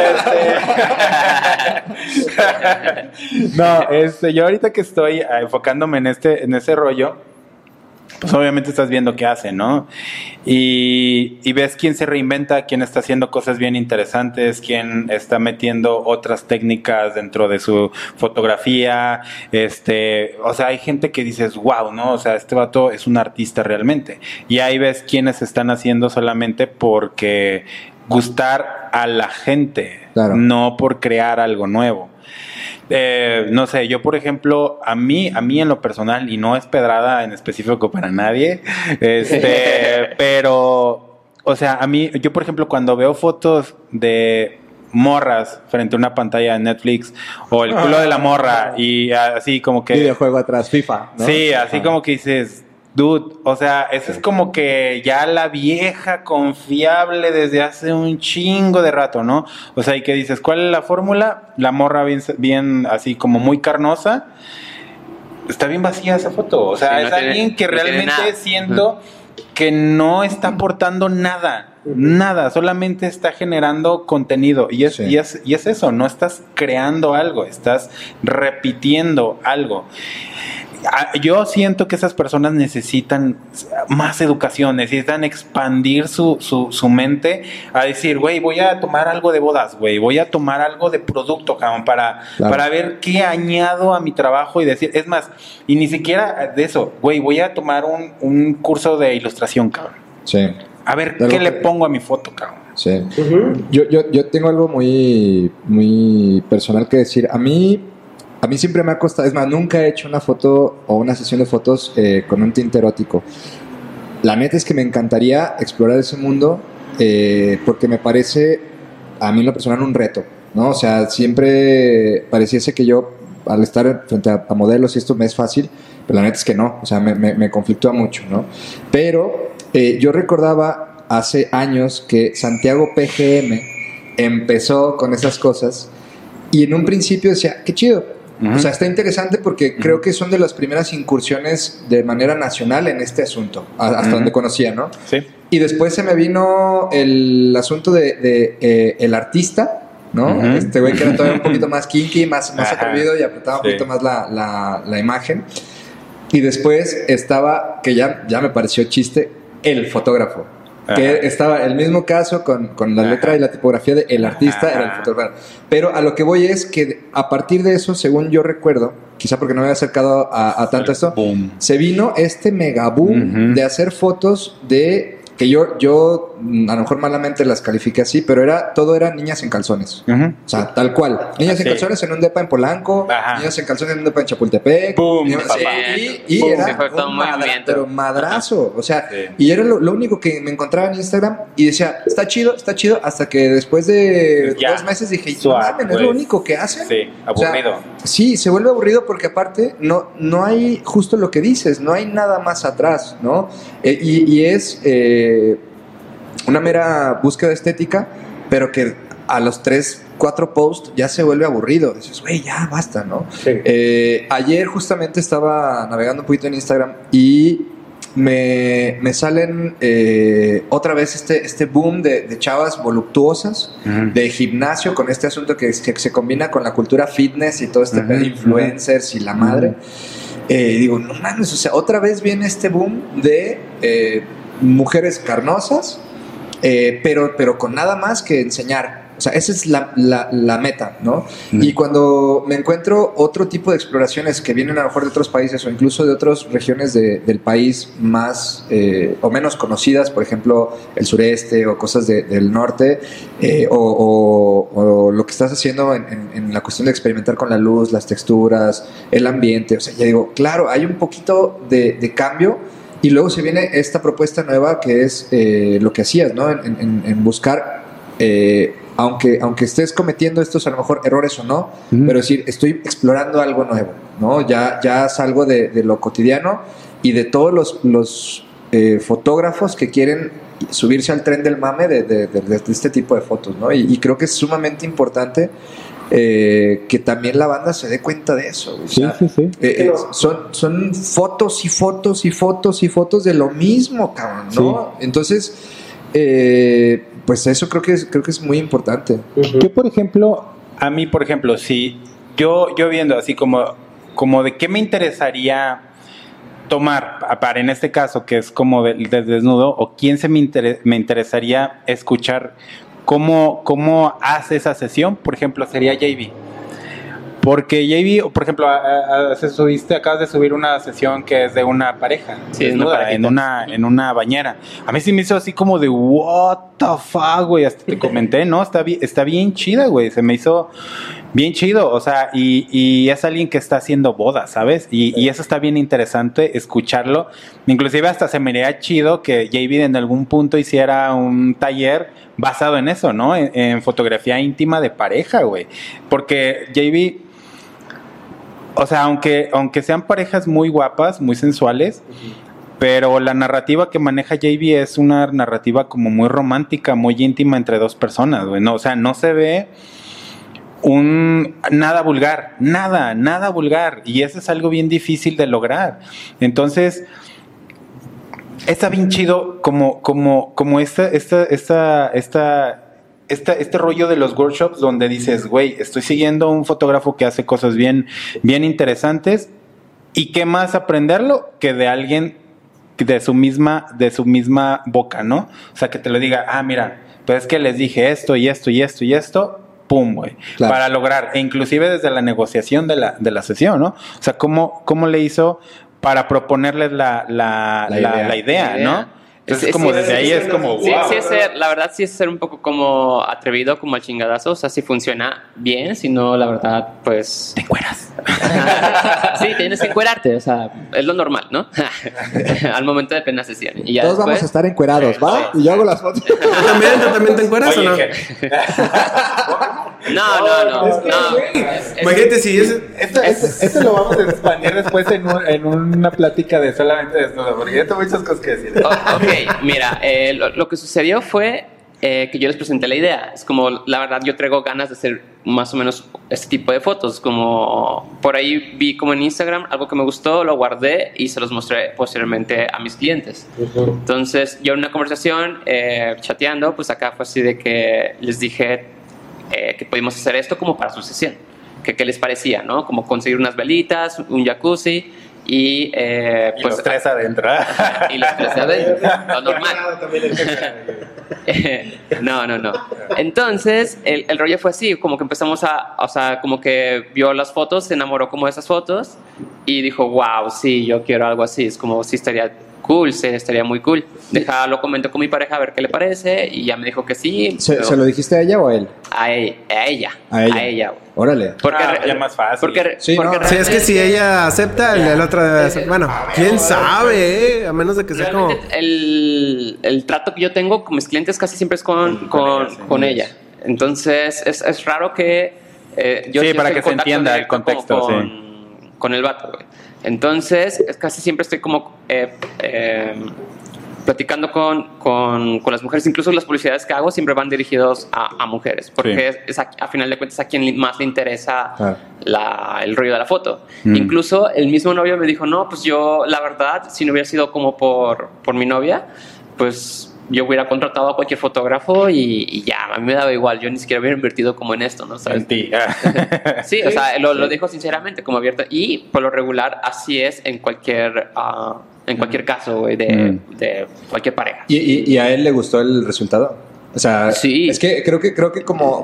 Este... no, este, yo ahorita que estoy enfocándome en este, en ese rollo, pues obviamente estás viendo qué hace, ¿no? Y, y ves quién se reinventa, quién está haciendo cosas bien interesantes, quién está metiendo otras técnicas dentro de su fotografía, este, o sea, hay gente que dices, wow, ¿no? O sea, este vato es un artista realmente. Y ahí ves quiénes están haciendo solamente porque gustar a la gente, claro. no por crear algo nuevo. Eh, no sé, yo por ejemplo, a mí, a mí en lo personal, y no es pedrada en específico para nadie, este, pero, o sea, a mí, yo por ejemplo, cuando veo fotos de morras frente a una pantalla de Netflix o el culo de la morra y así como que... Videojuego atrás, FIFA, ¿no? Sí, así como que dices... Dude, o sea, eso es como que ya la vieja confiable desde hace un chingo de rato, ¿no? O sea, y que dices, ¿cuál es la fórmula? La morra bien, bien así como muy carnosa. Está bien vacía esa foto. O sea, Sí, no es tiene- alguien que no tiene realmente nada. siento que no está aportando nada. Nada, solamente está generando contenido. Y es, Sí. y es, y es eso, no estás creando algo, estás repitiendo algo. Yo siento que esas personas necesitan más educación, necesitan expandir su, su, su mente a decir, güey, voy a tomar algo de bodas, güey, voy a tomar algo de producto, cabrón, para, Claro. para ver qué añado a mi trabajo y decir, es más, y ni siquiera de eso, güey, voy a tomar un, un curso de ilustración, cabrón. Sí. A ver, Algo ¿qué que- le pongo a mi foto, cabrón? Sí. Yo, yo, yo tengo algo muy, muy personal que decir. A mí, a mí siempre me ha costado, es más, nunca he hecho una foto o una sesión de fotos eh, con un tinte erótico. La neta es que me encantaría explorar ese mundo eh, porque me parece, a mí en lo personal, un reto, ¿no? O sea, siempre pareciese que yo, al estar frente a, a modelos, y esto me es fácil, pero la neta es que no, o sea, me, me, me conflictúa mucho, ¿no? Pero eh, yo recordaba hace años que Santiago P G M empezó con esas cosas y en un principio decía, qué chido. Uh-huh. O sea, está interesante porque uh-huh. creo que son de las primeras incursiones de manera nacional en este asunto, a, hasta uh-huh. donde conocía, ¿no? Sí. Y después se me vino el asunto de, de eh, el artista, ¿no? Uh-huh. Este güey que era todavía un poquito más kinky, más, más atrevido y apretaba sí. un poquito más la, la, la imagen. Y después estaba, que ya, ya me pareció chiste, el fotógrafo. Que Ajá. estaba el mismo caso con, con la Ajá. letra y la tipografía de el artista Ajá. era el fotógrafo. Pero a lo que voy es que a partir de eso, según yo recuerdo, quizá porque no me había acercado a, a tanto esto, boom. se vino este mega boom uh-huh. de hacer fotos de... que yo, yo a lo mejor malamente las califiqué así, pero era todo era niñas en calzones. Uh-huh. O sea, tal cual. Niñas sí. en calzones en un depa en Polanco, Ajá. niñas en calzones en un depa en Chapultepec. Boom, niñas, sí, y, y Boom, era sí, fue un madra, pero madrazo. Ajá. O sea, sí. y era lo, lo único que me encontraba en Instagram y decía, está chido, está chido, hasta que después de ya. dos meses dije, no mames, no es lo único que hacen. Sí, aburrido. O sea, sí, se vuelve aburrido porque aparte no, no hay justo lo que dices, no hay nada más atrás, ¿no? Eh, y, y es... Eh, una mera búsqueda estética, pero que a los tres, cuatro posts ya se vuelve aburrido. Dices, güey, ya basta, ¿no? Sí. Eh, ayer justamente estaba navegando un poquito en Instagram y me, me salen eh, otra vez este, este boom de, de chavas voluptuosas, uh-huh. de gimnasio, con este asunto que, que se combina con la cultura fitness y todo este uh-huh. de influencers y la madre. Uh-huh. Eh, digo, no mames, o sea, otra vez viene este boom de eh, mujeres carnosas, Eh, pero, pero con nada más que enseñar. O sea, esa es la, la, la meta, ¿no? Mm. Y cuando me encuentro otro tipo de exploraciones que vienen a lo mejor de otros países o incluso de otras regiones de, del país más eh, o menos conocidas, por ejemplo, el sureste o cosas de, del norte, eh, o, o, o lo que estás haciendo en, en, en la cuestión de experimentar con la luz, las texturas, el ambiente. O sea, ya digo, claro, hay un poquito de, de cambio. Y luego se viene esta propuesta nueva que es eh, lo que hacías, ¿no? En, en, en buscar, eh, aunque, aunque estés cometiendo estos a lo mejor errores o no, uh-huh. pero decir, estoy explorando algo nuevo, ¿no? Ya, ya salgo de, de lo cotidiano y de todos los, los eh, fotógrafos que quieren subirse al tren del mame de, de, de, de este tipo de fotos, ¿no? Y, y creo que es sumamente importante Eh, que también la banda se dé cuenta de eso. O sea, sí, sí, sí. Eh, eh, son, son fotos y fotos y fotos y fotos de lo mismo, cabrón, ¿no? Sí. Entonces, eh, pues eso creo que es, creo que es muy importante. Uh-huh. Yo, por ejemplo, a mí, por ejemplo, si yo, yo viendo así como, como de qué me interesaría tomar, para en este caso, que es como de, de desnudo, o quién se me, inter- me interesaría escuchar. ¿Cómo, ¿Cómo hace esa sesión? Por ejemplo, sería J B. Porque J B, por ejemplo, a, a, se subiste, acabas de subir una sesión que es de una pareja, sí, desnuda, una en una en una bañera. A mí sí me hizo así como de what the fuck, güey, hasta te comenté, ¿no? Está bien, está bien chida, güey, se me hizo bien chido, o sea, y, y es alguien que está haciendo bodas, ¿sabes? Y, y eso está bien interesante, escucharlo. Inclusive hasta se me haría chido que J B en algún punto hiciera un taller basado en eso, ¿no? En, en fotografía íntima de pareja, güey. Porque J B, o sea, aunque, aunque sean parejas muy guapas, muy sensuales, uh-huh. pero la narrativa que maneja J B es una narrativa como muy romántica, muy íntima entre dos personas, güey. No, o sea, no se ve un nada vulgar, nada, nada vulgar, y eso es algo bien difícil de lograr. Entonces, está bien chido como, como, como esta, esta, esta, esta, esta, este rollo de los workshops donde dices, güey, estoy siguiendo a un fotógrafo que hace cosas bien, bien interesantes, y qué más aprenderlo que de alguien de su misma, de su misma boca, ¿no? O sea, que te lo diga, ah, mira, pues es que les dije esto y esto y esto y esto, pum, güey, claro. Para lograr, e inclusive desde la negociación de la, de la sesión, ¿no? O sea, cómo, cómo le hizo para proponerles la, la, la, la, idea. la idea, ¿no? Entonces, es, como es, desde es, ahí es, es como, sí, wow. Sí, es ser, la verdad, sí es ser un poco como atrevido, como al chingadazo. O sea, si funciona bien, si no, la verdad, pues... Te encueras. Sí, tienes que encuerarte, o sea, es lo normal, ¿no? Al momento de plena sesión. Y ya todos después, vamos a estar encuerados, ¿va? Sí. Y yo hago las fotos. ¿Tú también, ¿tú también te encueras o no? No, no, no. Es que, no. Imagínate si es... Esto, esto, esto lo vamos a expandir después en, un, en una plática de solamente desnudo, porque yo tengo muchas cosas que decir. Oh, ok, mira, eh, lo, lo que sucedió fue eh, que yo les presenté la idea. Es como, la verdad, yo traigo ganas de hacer más o menos este tipo de fotos. Como por ahí vi como en Instagram algo que me gustó, lo guardé y se los mostré posteriormente a mis clientes. Uh-huh. Entonces, yo en una conversación, eh, chateando, pues acá fue así de que les dije... Eh, que podíamos hacer esto como para su sesión, que qué les parecía, ¿no? Como conseguir unas velitas, un jacuzzi y eh, y pues los tres adentro. Y los tres adentro, lo normal. No, no, no. Entonces el, el rollo fue así, como que empezamos a, o sea, como que vio las fotos, se enamoró como de esas fotos y dijo, wow, sí, yo quiero algo así. Es como, sí, estaría cool, sí, estaría muy cool. Deja, lo comento con mi pareja a ver qué le parece y ya me dijo que sí. ¿Se, pero... ¿se lo dijiste a ella o a él? A, e- a ella. A ella. A ella. Órale. Porque ah, ya más fácil. Porque, sí, porque no, sí, es que si ella acepta, el, el otro debe aceptar. Bueno, quién sabe, ¿eh? A menos de que sea como... El, el trato que yo tengo con mis clientes casi siempre es con, con, ella, sí, con ella. Entonces, es, es raro que... Eh, yo, sí, yo para que se entienda el contexto, con, sí. Con el vato, güey. Entonces, casi siempre estoy como eh, eh, platicando con, con, con las mujeres. Incluso las publicidades que hago siempre van dirigidos a, a mujeres, porque sí. es, es a, a final de cuentas a quien más le interesa ah. la, el rollo de la foto. Mm. Incluso el mismo novio me dijo, no, pues yo, la verdad, si no hubiera sido como por, por mi novia, pues... yo hubiera contratado a cualquier fotógrafo y, y ya, a mí me daba igual, yo ni siquiera hubiera invertido como en esto, ¿no? ¿Sabes? En ti. Sí, o sea, lo, lo dijo sinceramente, como abierto, y por lo regular así es en cualquier, uh, en cualquier caso, güey, de, mm. de cualquier pareja. ¿Y, y, ¿Y a él le gustó el resultado? O sea, sí. Es que creo que, creo que como,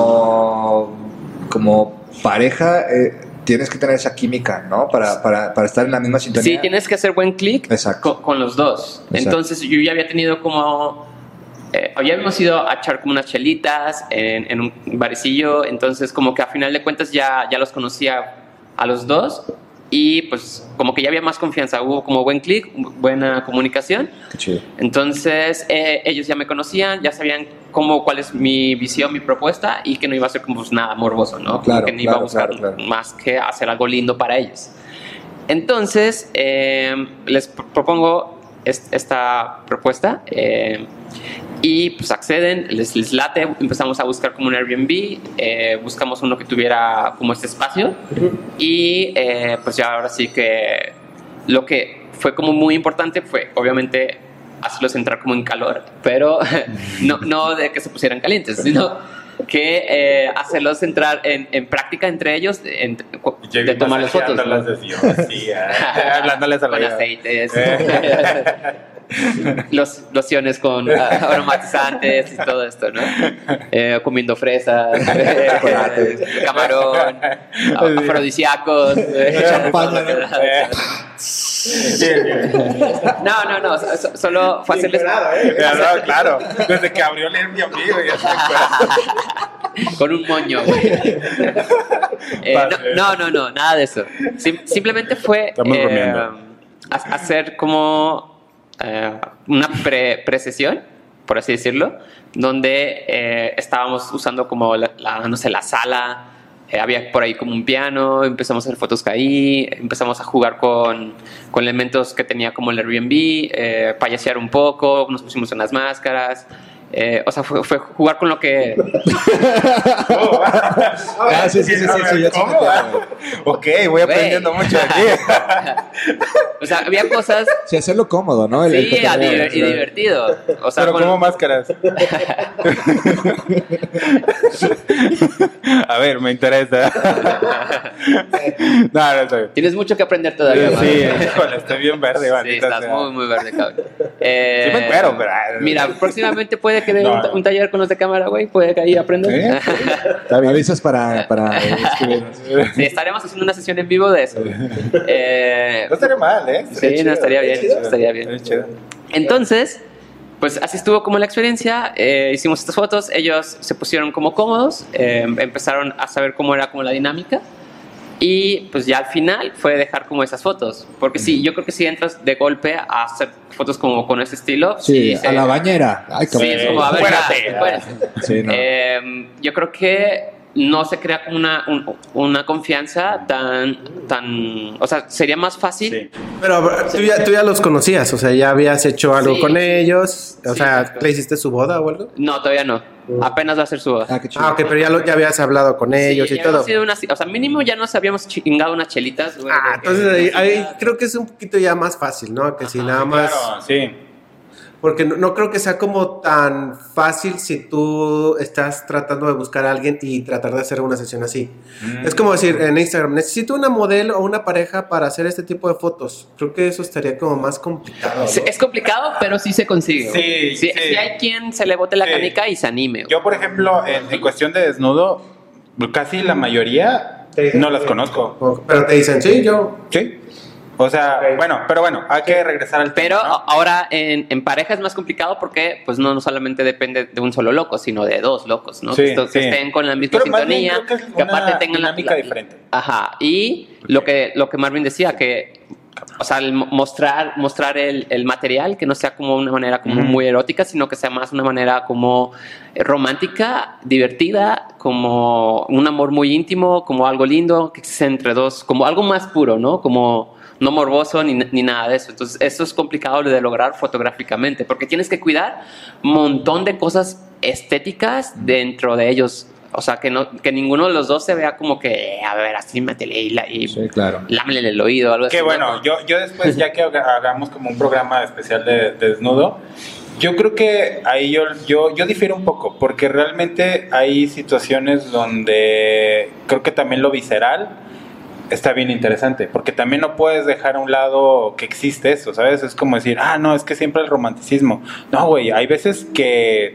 como, como pareja... Eh, tienes que tener esa química, ¿no? Para, para, para estar en la misma sintonía. Sí, tienes que hacer buen clic con, con los dos. Exacto. Entonces, yo ya había tenido como... Eh, habíamos ido a echar como unas chelitas en, en un barecillo, entonces como que a final de cuentas ya, ya los conocía a los dos y pues como que ya había más confianza, hubo como buen clic, buena comunicación. Qué chido. Entonces, eh, ellos ya me conocían, ya sabían cómo, cuál es mi visión, mi propuesta y que no iba a ser como pues, nada morboso, ¿no? Claro, que no claro, iba a buscar claro, claro. más que hacer algo lindo para ellos. Entonces, eh, les propongo est- esta propuesta eh, y pues acceden, les, les late, empezamos a buscar como un Airbnb, eh, buscamos uno que tuviera como este espacio uh-huh. y eh, pues ya ahora sí que lo que fue como muy importante fue obviamente hacerlos entrar como en calor, pero no, no de que se pusieran calientes, sino que eh, hacerlos entrar en, en práctica entre ellos, en, de, de tomarles fotos. ¿no? Sí, hablándoles a con aceites. los, lociones con uh, aromatizantes y todo esto, ¿no? Eh, comiendo fresas, eh, camarón, afrodisíacos, eh, champaña. No, no, no, so, solo fue hacerles... ¿eh? Claro, claro, desde que abrió el Airbnb, ya está. Con un moño, güey. Eh, no, no, no, no, nada de eso. Sim- simplemente fue eh, a- hacer como eh, una pre- precesión, por así decirlo, donde eh, estábamos usando como la, la, no sé, la sala. Eh, había por ahí como un piano, empezamos a hacer fotos ahí, empezamos a jugar con, con elementos que tenía como el Airbnb, eh, payasear un poco, nos pusimos unas máscaras. Eh, o sea, fue, fue jugar con lo que... Oh, ah, sí, sí, sí, sí, sí, ya ¿Cómo? Ok, voy aprendiendo Wey. mucho aquí. O sea, había cosas... Sí, hacerlo cómodo, ¿no? El, el Sí, a cotorreo, diver- y claro. divertido. O sea, Pero con- ¿cómo máscaras? A ver, me interesa. No, no estoy. Tienes mucho que aprender todavía. Sí, ¿vale? híjole, estoy bien verde, Sí, maldita estás sea. muy, muy verde, cabrón. Eh, Sí me encuero, pero- Mira, próximamente puede que dé No, un, ta- no. un taller con los de cámara, güey. Puede que ahí aprendan. Sí. Me avisas para, para escribirnos. Sí, estaremos haciendo una sesión en vivo de eso. Eh, No estaría mal, ¿eh? sí, no, estaría bien, estaría bien. Estaría chido. Entonces, pues así estuvo como la experiencia. Eh, hicimos estas fotos, ellos se pusieron como cómodos, eh, empezaron a saber cómo era como la dinámica. Y pues ya al final fue dejar como esas fotos. Porque sí, yo creo que si entras de golpe a hacer fotos como con ese estilo. Sí, se- a la bañera. Ay, Sí, cabrón. es como, a ver, Fuérate. ya, fuérate. Sí, no. Eh, yo creo que no se crea como una, un- una confianza tan, tan... O sea, sería más fácil. Sí. Pero tú ya, tú ya los conocías, o sea, ya habías hecho algo Sí, con sí. ellos, o Sí, sea, exacto. ¿le hiciste su boda o algo? No, todavía no. Apenas va a ser su boda. Ah, qué chido. Ah, ok, pero ya, lo, ya habías hablado con ellos Sí, y ya todo. habíamos ido unas- o sea, mínimo ya nos habíamos chingado unas chelitas. güey, Ah, porque- entonces ahí, ahí creo que es un poquito ya más fácil, ¿no? Que si nada más... Claro, sí. Porque no, no creo que sea como tan fácil si tú estás tratando de buscar a alguien y tratar de hacer una sesión así. Mm. Es como decir en Instagram, necesito una modelo o una pareja para hacer este tipo de fotos. Creo que eso estaría como más complicado. ¿no? Sí, es complicado, pero sí se consigue. Sí, güey. sí. sí hay quien se le bote la Sí. canica y se anime. güey. Yo, por ejemplo, en, en cuestión de desnudo, casi la mayoría no las conozco. O- Pero te dicen, sí, yo... Sí. O sea, bueno, pero bueno, hay que regresar al Pero tema, ¿no? a- ahora en, en pareja es más complicado porque pues no, no solamente depende de un solo loco, sino de dos locos, ¿no? Sí, que, esto- que sí. estén con la misma Pero más bien sintonía, creo que es que una aparte tengan la dinámica diferente. Ajá, y lo que, lo que Marvin decía, que o sea, el mo- mostrar, mostrar el, el material, que no sea como una manera como Ujú. muy erótica, sino que sea más una manera como eh, romántica, divertida, como un amor muy íntimo, como algo lindo, que existe entre dos, como algo más puro, ¿no? Como no morboso ni, ni nada de eso. Entonces, eso es complicado de lograr fotográficamente, porque tienes que cuidar un montón de cosas estéticas dentro de ellos. O sea, que, no, que ninguno de los dos se vea como que, a ver, así métele y, la, y Sí, claro. lámele el oído, algo así. Que ¿no? bueno, yo, yo después, ya que haga- hagamos como un programa especial de, de desnudo, yo creo que ahí yo, yo, yo difiero un poco, porque realmente hay situaciones donde creo que también lo visceral está bien interesante, porque también no puedes dejar a un lado que existe eso, ¿sabes? Es como decir, ah, no, es que siempre el romanticismo. No, güey, hay veces que...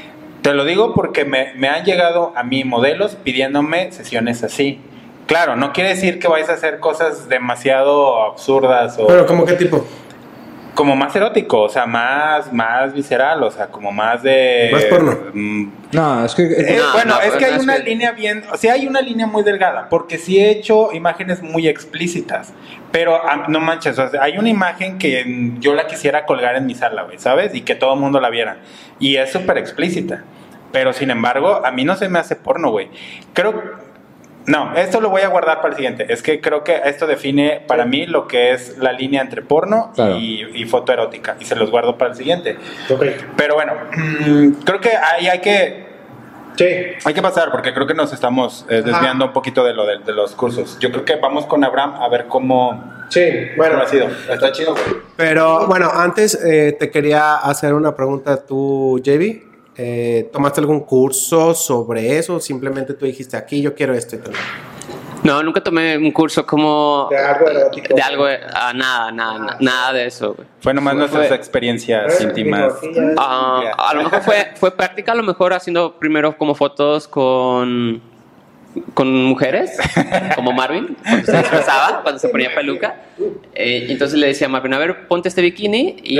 Te lo digo porque me, me han llegado a mí modelos pidiéndome sesiones así. Claro, no quiere decir que vais a hacer cosas demasiado absurdas o Pero, ¿cómo qué tipo? como más erótico, o sea, más, más visceral, o sea, como más de... Más porno. Mm, No, es que... eh, No, bueno, no, es pues que no, hay es una que- línea bien, o sea, hay una línea muy delgada, porque sí he hecho imágenes muy explícitas, pero ah, no manches, o sea, hay una imagen que mm, yo la quisiera colgar en mi sala, güey, ¿sabes? Y que todo el mundo la viera, y es súper explícita, pero sin embargo, a mí no se me hace porno, güey. Creo... No, esto lo voy a guardar para el siguiente. Es que creo que esto define para mí lo que es la línea entre porno Claro. y, y foto erótica, y se los guardo para el siguiente. Ok. Pero bueno, mm, creo que ahí hay que Sí. hay que pasar porque creo que nos estamos eh, desviando un poquito de lo de, de los cursos. Yo creo que vamos con Abraham a ver cómo, Sí, bueno. cómo ha sido. Está chido, güey. Pero bueno, antes eh, te quería hacer una pregunta tú, J B. Eh, ¿Tomaste algún curso sobre eso? ¿O simplemente tú dijiste aquí yo quiero esto y todo? No, nunca tomé un curso como... De algo erótico. De algo, ah, nada, nada, Ah, nada de eso, güey. Fue nomás Fue- nuestras fue- experiencias íntimas. Ah, a lo mejor fue, fue práctica, a lo mejor haciendo primero como fotos con, con mujeres, como Marvin, cuando se disfrazaba, cuando se ponía peluca. Eh, entonces le decía a Marvin, a ver, ponte este bikini y...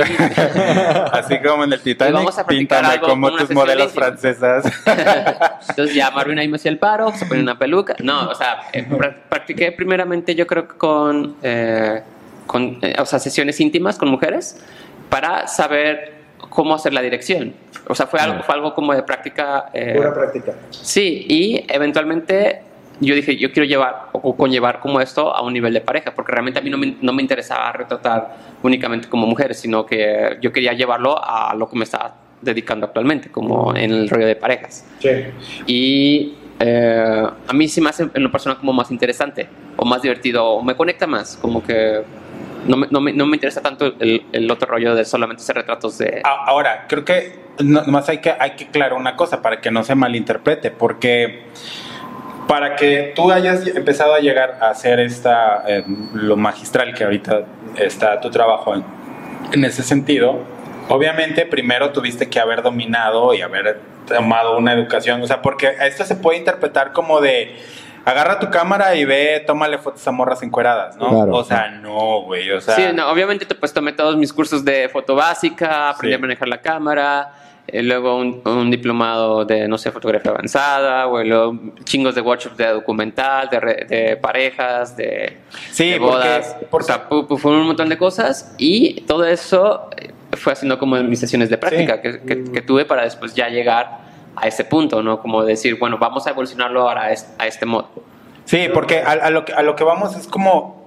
Así como en el Titanic, Y vamos a practicar píntame algo como con una tus sesión modelos íntima. francesas. Entonces ya Marvin ahí me hacía el paro, se ponía una peluca. No, o sea, eh, pra- practiqué primeramente yo creo que con, eh, con eh, o sea, sesiones íntimas con mujeres para saber cómo hacer la dirección. O sea, fue algo, fue algo como de práctica. eh, Pura práctica. Sí, y eventualmente yo dije, yo quiero llevar o conllevar como esto a un nivel de pareja, porque realmente a mí no me, no me interesaba retratar únicamente como mujeres, sino que yo quería llevarlo a lo que me estaba dedicando actualmente, como en el rollo de parejas. Sí. Y eh, a mí sí me hace en lo personal como más interesante, o más divertido, o me conecta más, como que no me, no me, no me interesa tanto el, el otro rollo de solamente hacer retratos de... A- Ahora, creo que no- nomás hay que, hay que aclarar una cosa para que no se malinterprete, porque para que tú hayas empezado a llegar a hacer esta, eh, lo magistral que ahorita está tu trabajo en, en ese sentido, obviamente primero tuviste que haber dominado y haber tomado una educación, o sea, porque esto se puede interpretar como de agarra tu cámara y ve, tómale fotos a morras encueradas, ¿no? Claro. O sea, no, güey, o sea... Sí, no, obviamente pues tomé todos mis cursos de foto básica, aprendí Sí. a manejar la cámara, eh, luego un, un diplomado de, no sé, fotografía avanzada, o luego chingos de workshops de documental, de, re- de parejas, de, Sí, de porque- bodas. porque- O sea, pu- pu- fueron un montón de cosas y todo eso eh, fue haciendo como mis sesiones de práctica Sí. que, que- que tuve para después ya llegar a ese punto, ¿no? Como decir, bueno, vamos a evolucionarlo ahora a es- a este modo. Sí, porque a, a lo que, a lo que vamos es como...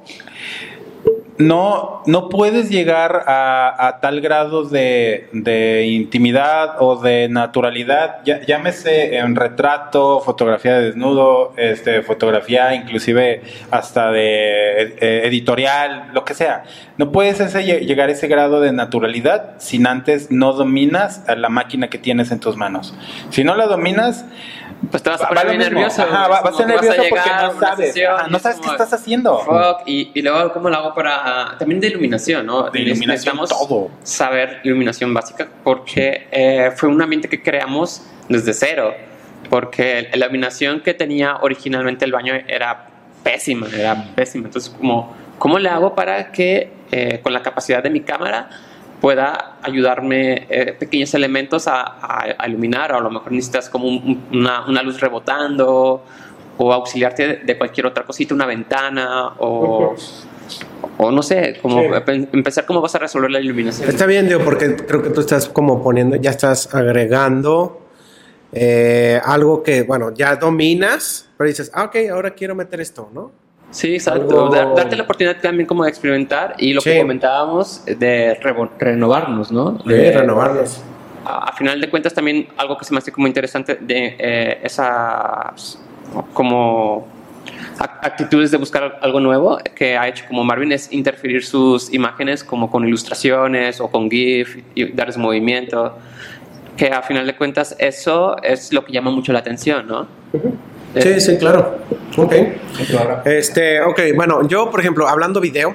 No, no puedes llegar a, a tal grado de, de intimidad o de naturalidad, ya- llámese en retrato, fotografía de desnudo, este, fotografía inclusive hasta de eh, editorial, lo que sea. No puedes ese, lle- llegar a ese grado de naturalidad sin antes no dominas a la máquina que tienes en tus manos. Si no la dominas... Pues te vas a Va- poner va lo bien mismo. nervioso. Ajá, güey. va- Es vas a ser como que nervioso porque llegar a no una sabes. sesión Ajá, y no es sabes qué como, estás haciendo. Fuck, y, y luego, ¿cómo lo hago para...? También de iluminación, ¿no? De iluminación, Necesitamos todo. saber iluminación básica porque eh, fue un ambiente que creamos desde cero. Porque la iluminación que tenía originalmente el baño era pésima, era pésima. Entonces, como, ¿cómo le hago para que eh, con la capacidad de mi cámara pueda ayudarme eh, pequeños elementos a, a- a iluminar, o a lo mejor necesitas como un- una, una luz rebotando o auxiliarte de, de cualquier otra cosita, una ventana o, o no sé, como Sí. em- empezar cómo vas a resolver la iluminación. Está bien, digo, porque creo que tú estás como poniendo, ya estás agregando eh, algo que, bueno, ya dominas, pero dices, ah, ok, ahora quiero meter esto, ¿no? Sí, exacto. Algo- Dar- darte la oportunidad también como de experimentar y lo Sí. que comentábamos de revo- renovarnos, ¿no? Sí, De- renovarnos. A, a final de cuentas también algo que se me hace como interesante de eh, esas como ac- actitudes de buscar algo nuevo que ha hecho como Marvin es interferir sus imágenes como con ilustraciones o con GIF y darles movimiento, que a final de cuentas eso es lo que llama mucho la atención, ¿no? Sí, sí, claro. Ok. Este, ok, bueno, yo, por ejemplo, hablando video,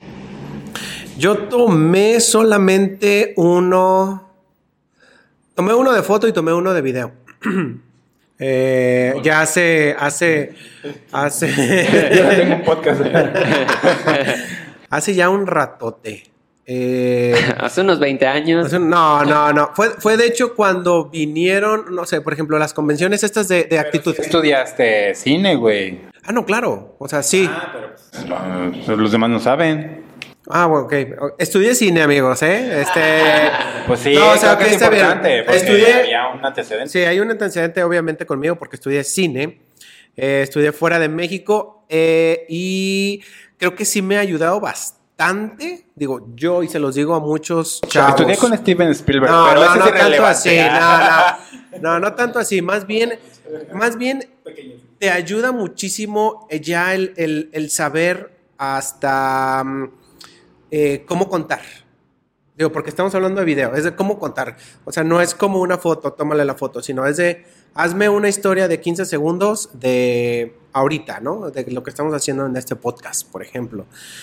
yo tomé solamente uno. Tomé uno de foto y tomé uno de video. Eh, ya hace, hace, hace, Yo tengo un podcast. hace ya un ratote. Eh, Hace unos veinte años. hace un- no, no, no. Fue, fue de hecho cuando vinieron, no sé, por ejemplo, las convenciones estas de, de actitud. Estudiaste cine, güey. Ah, no, claro. O sea, sí. Ah, los demás no saben. Ah, bueno, ok. Estudié cine, amigos, ¿eh? Este. Pues sí, No, o sea, creo que ok, es está bien. importante. Porque Estudié- había un antecedente. Sí, hay un antecedente, obviamente, conmigo, porque estudié cine. Eh, estudié fuera de México. eh, y creo que sí me ha ayudado bastante. Digo, yo, y se los digo a muchos chavos. Estudié con Steven Spielberg, No, pero no, ese no es tanto irrelevante. así, no, no, no, no tanto así, más bien, más bien te ayuda muchísimo eh, ya el, el- el saber hasta mm, eh, cómo contar, Digo, porque estamos hablando de video, es de cómo contar. O sea, no es como una foto, tómale la foto, sino es de, hazme una historia de quince segundos de ahorita, ¿no? De lo que estamos haciendo en este podcast, por ejemplo.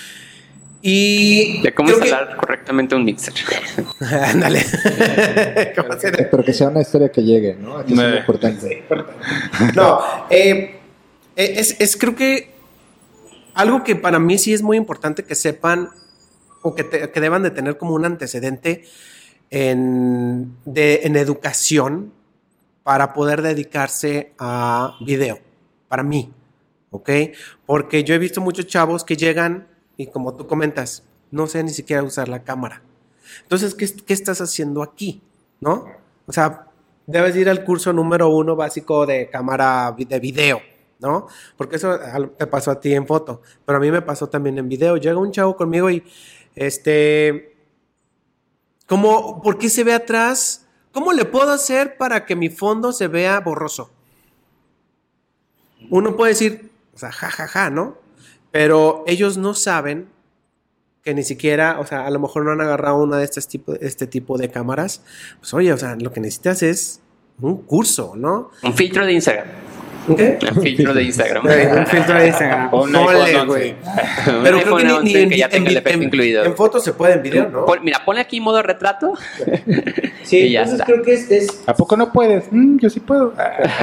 Y de cómo instalar que... correctamente un mixer. Ándale. Pero que sea una historia que llegue, ¿no? Aquí no. Es muy importante. No, eh, es, es creo que algo que para mí sí es muy importante que sepan o que, te, que deban de tener como un antecedente en, de, en educación para poder dedicarse a video, para mí, ¿ok? Porque yo he visto muchos chavos que llegan y como tú comentas, no sé ni siquiera usar la cámara. Entonces, ¿qué, qué estás haciendo aquí? ¿No? O sea, debes ir al curso número uno básico de cámara de video, ¿no? Porque eso te pasó a ti en foto, pero a mí me pasó también en video. Llega un chavo conmigo y Este, ¿cómo, ¿por qué se ve atrás? ¿Cómo le puedo hacer para que mi fondo se vea borroso? Uno puede decir, o sea, jajaja, ja, ja, ¿no? Pero ellos no saben que ni siquiera, o sea, a lo mejor no han agarrado una de este tipo, este tipo de cámaras. Pues oye, o sea, lo que necesitas es un curso, ¿no? Un filtro de Instagram. ¿Qué? Un filtro de Instagram. Un filtro de Instagram. Un Ponle, güey. Pero creo que ni, ni en, que ya tenga en, el efecto en, incluido. En fotos se puede, en video, ¿no? Pon, mira, ponle aquí modo retrato. Sí, y ya entonces está. creo que es, es... ¿A poco no puedes? Mm, yo sí puedo.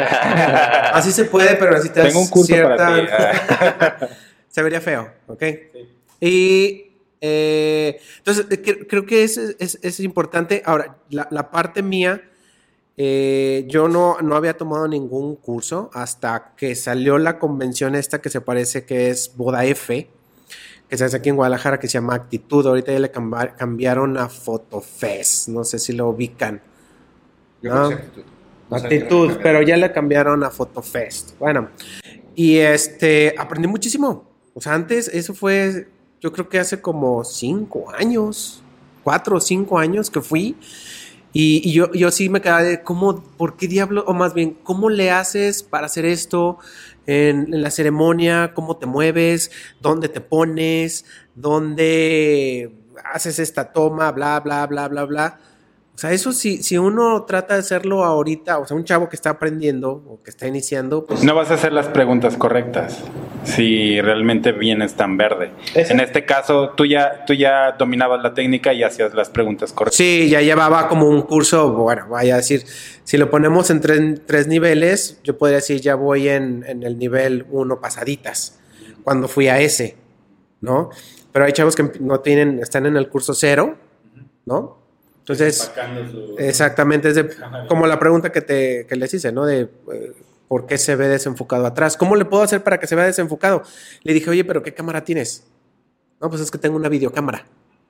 Así se puede, pero necesitas Tengo un curso cierta... para ti. Se vería feo, ¿ok? Sí. Y eh, entonces que, creo que es, es, es importante. Ahora, la, la parte mía, eh, yo no, no había tomado ningún curso hasta que salió la convención esta que se parece que es Boda F, que se hace aquí en Guadalajara, que se llama Actitud. Ahorita ya le cambi- cambiaron a Fotofest, no sé si lo ubican. Yo ¿no? actitud. Actitud, pero ya le cambiaron a Fotofest. Bueno, y este, aprendí muchísimo. O sea, antes, eso fue, yo creo que hace como cinco años, cuatro o cinco años que fui. Y, y yo, yo sí me quedaba de, ¿cómo, por qué diablo? O más bien, ¿cómo le haces para hacer esto en, en la ceremonia? ¿Cómo te mueves? ¿Dónde te pones? ¿Dónde haces esta toma? Bla, bla, bla, bla, bla. O sea, eso sí, si uno trata de hacerlo ahorita, o sea, un chavo que está aprendiendo o que está iniciando, pues... No vas a hacer las preguntas correctas si realmente vienes tan verde. ¿Eso? En este caso, tú ya, tú ya dominabas la técnica y hacías las preguntas correctas. Sí, ya llevaba como un curso, bueno, vaya a decir, si lo ponemos en tres, tres niveles, yo podría decir ya voy en, en el nivel uno pasaditas, cuando fui a ese, ¿no? Pero hay chavos que no tienen, están en el curso cero, ¿no? Entonces, su... exactamente, es de, como la pregunta que, te, que les hice, ¿no? De eh, ¿por qué se ve desenfocado atrás? ¿Cómo le puedo hacer para que se vea desenfocado? Le dije, oye, ¿pero qué cámara tienes? No, pues es que tengo una videocámara.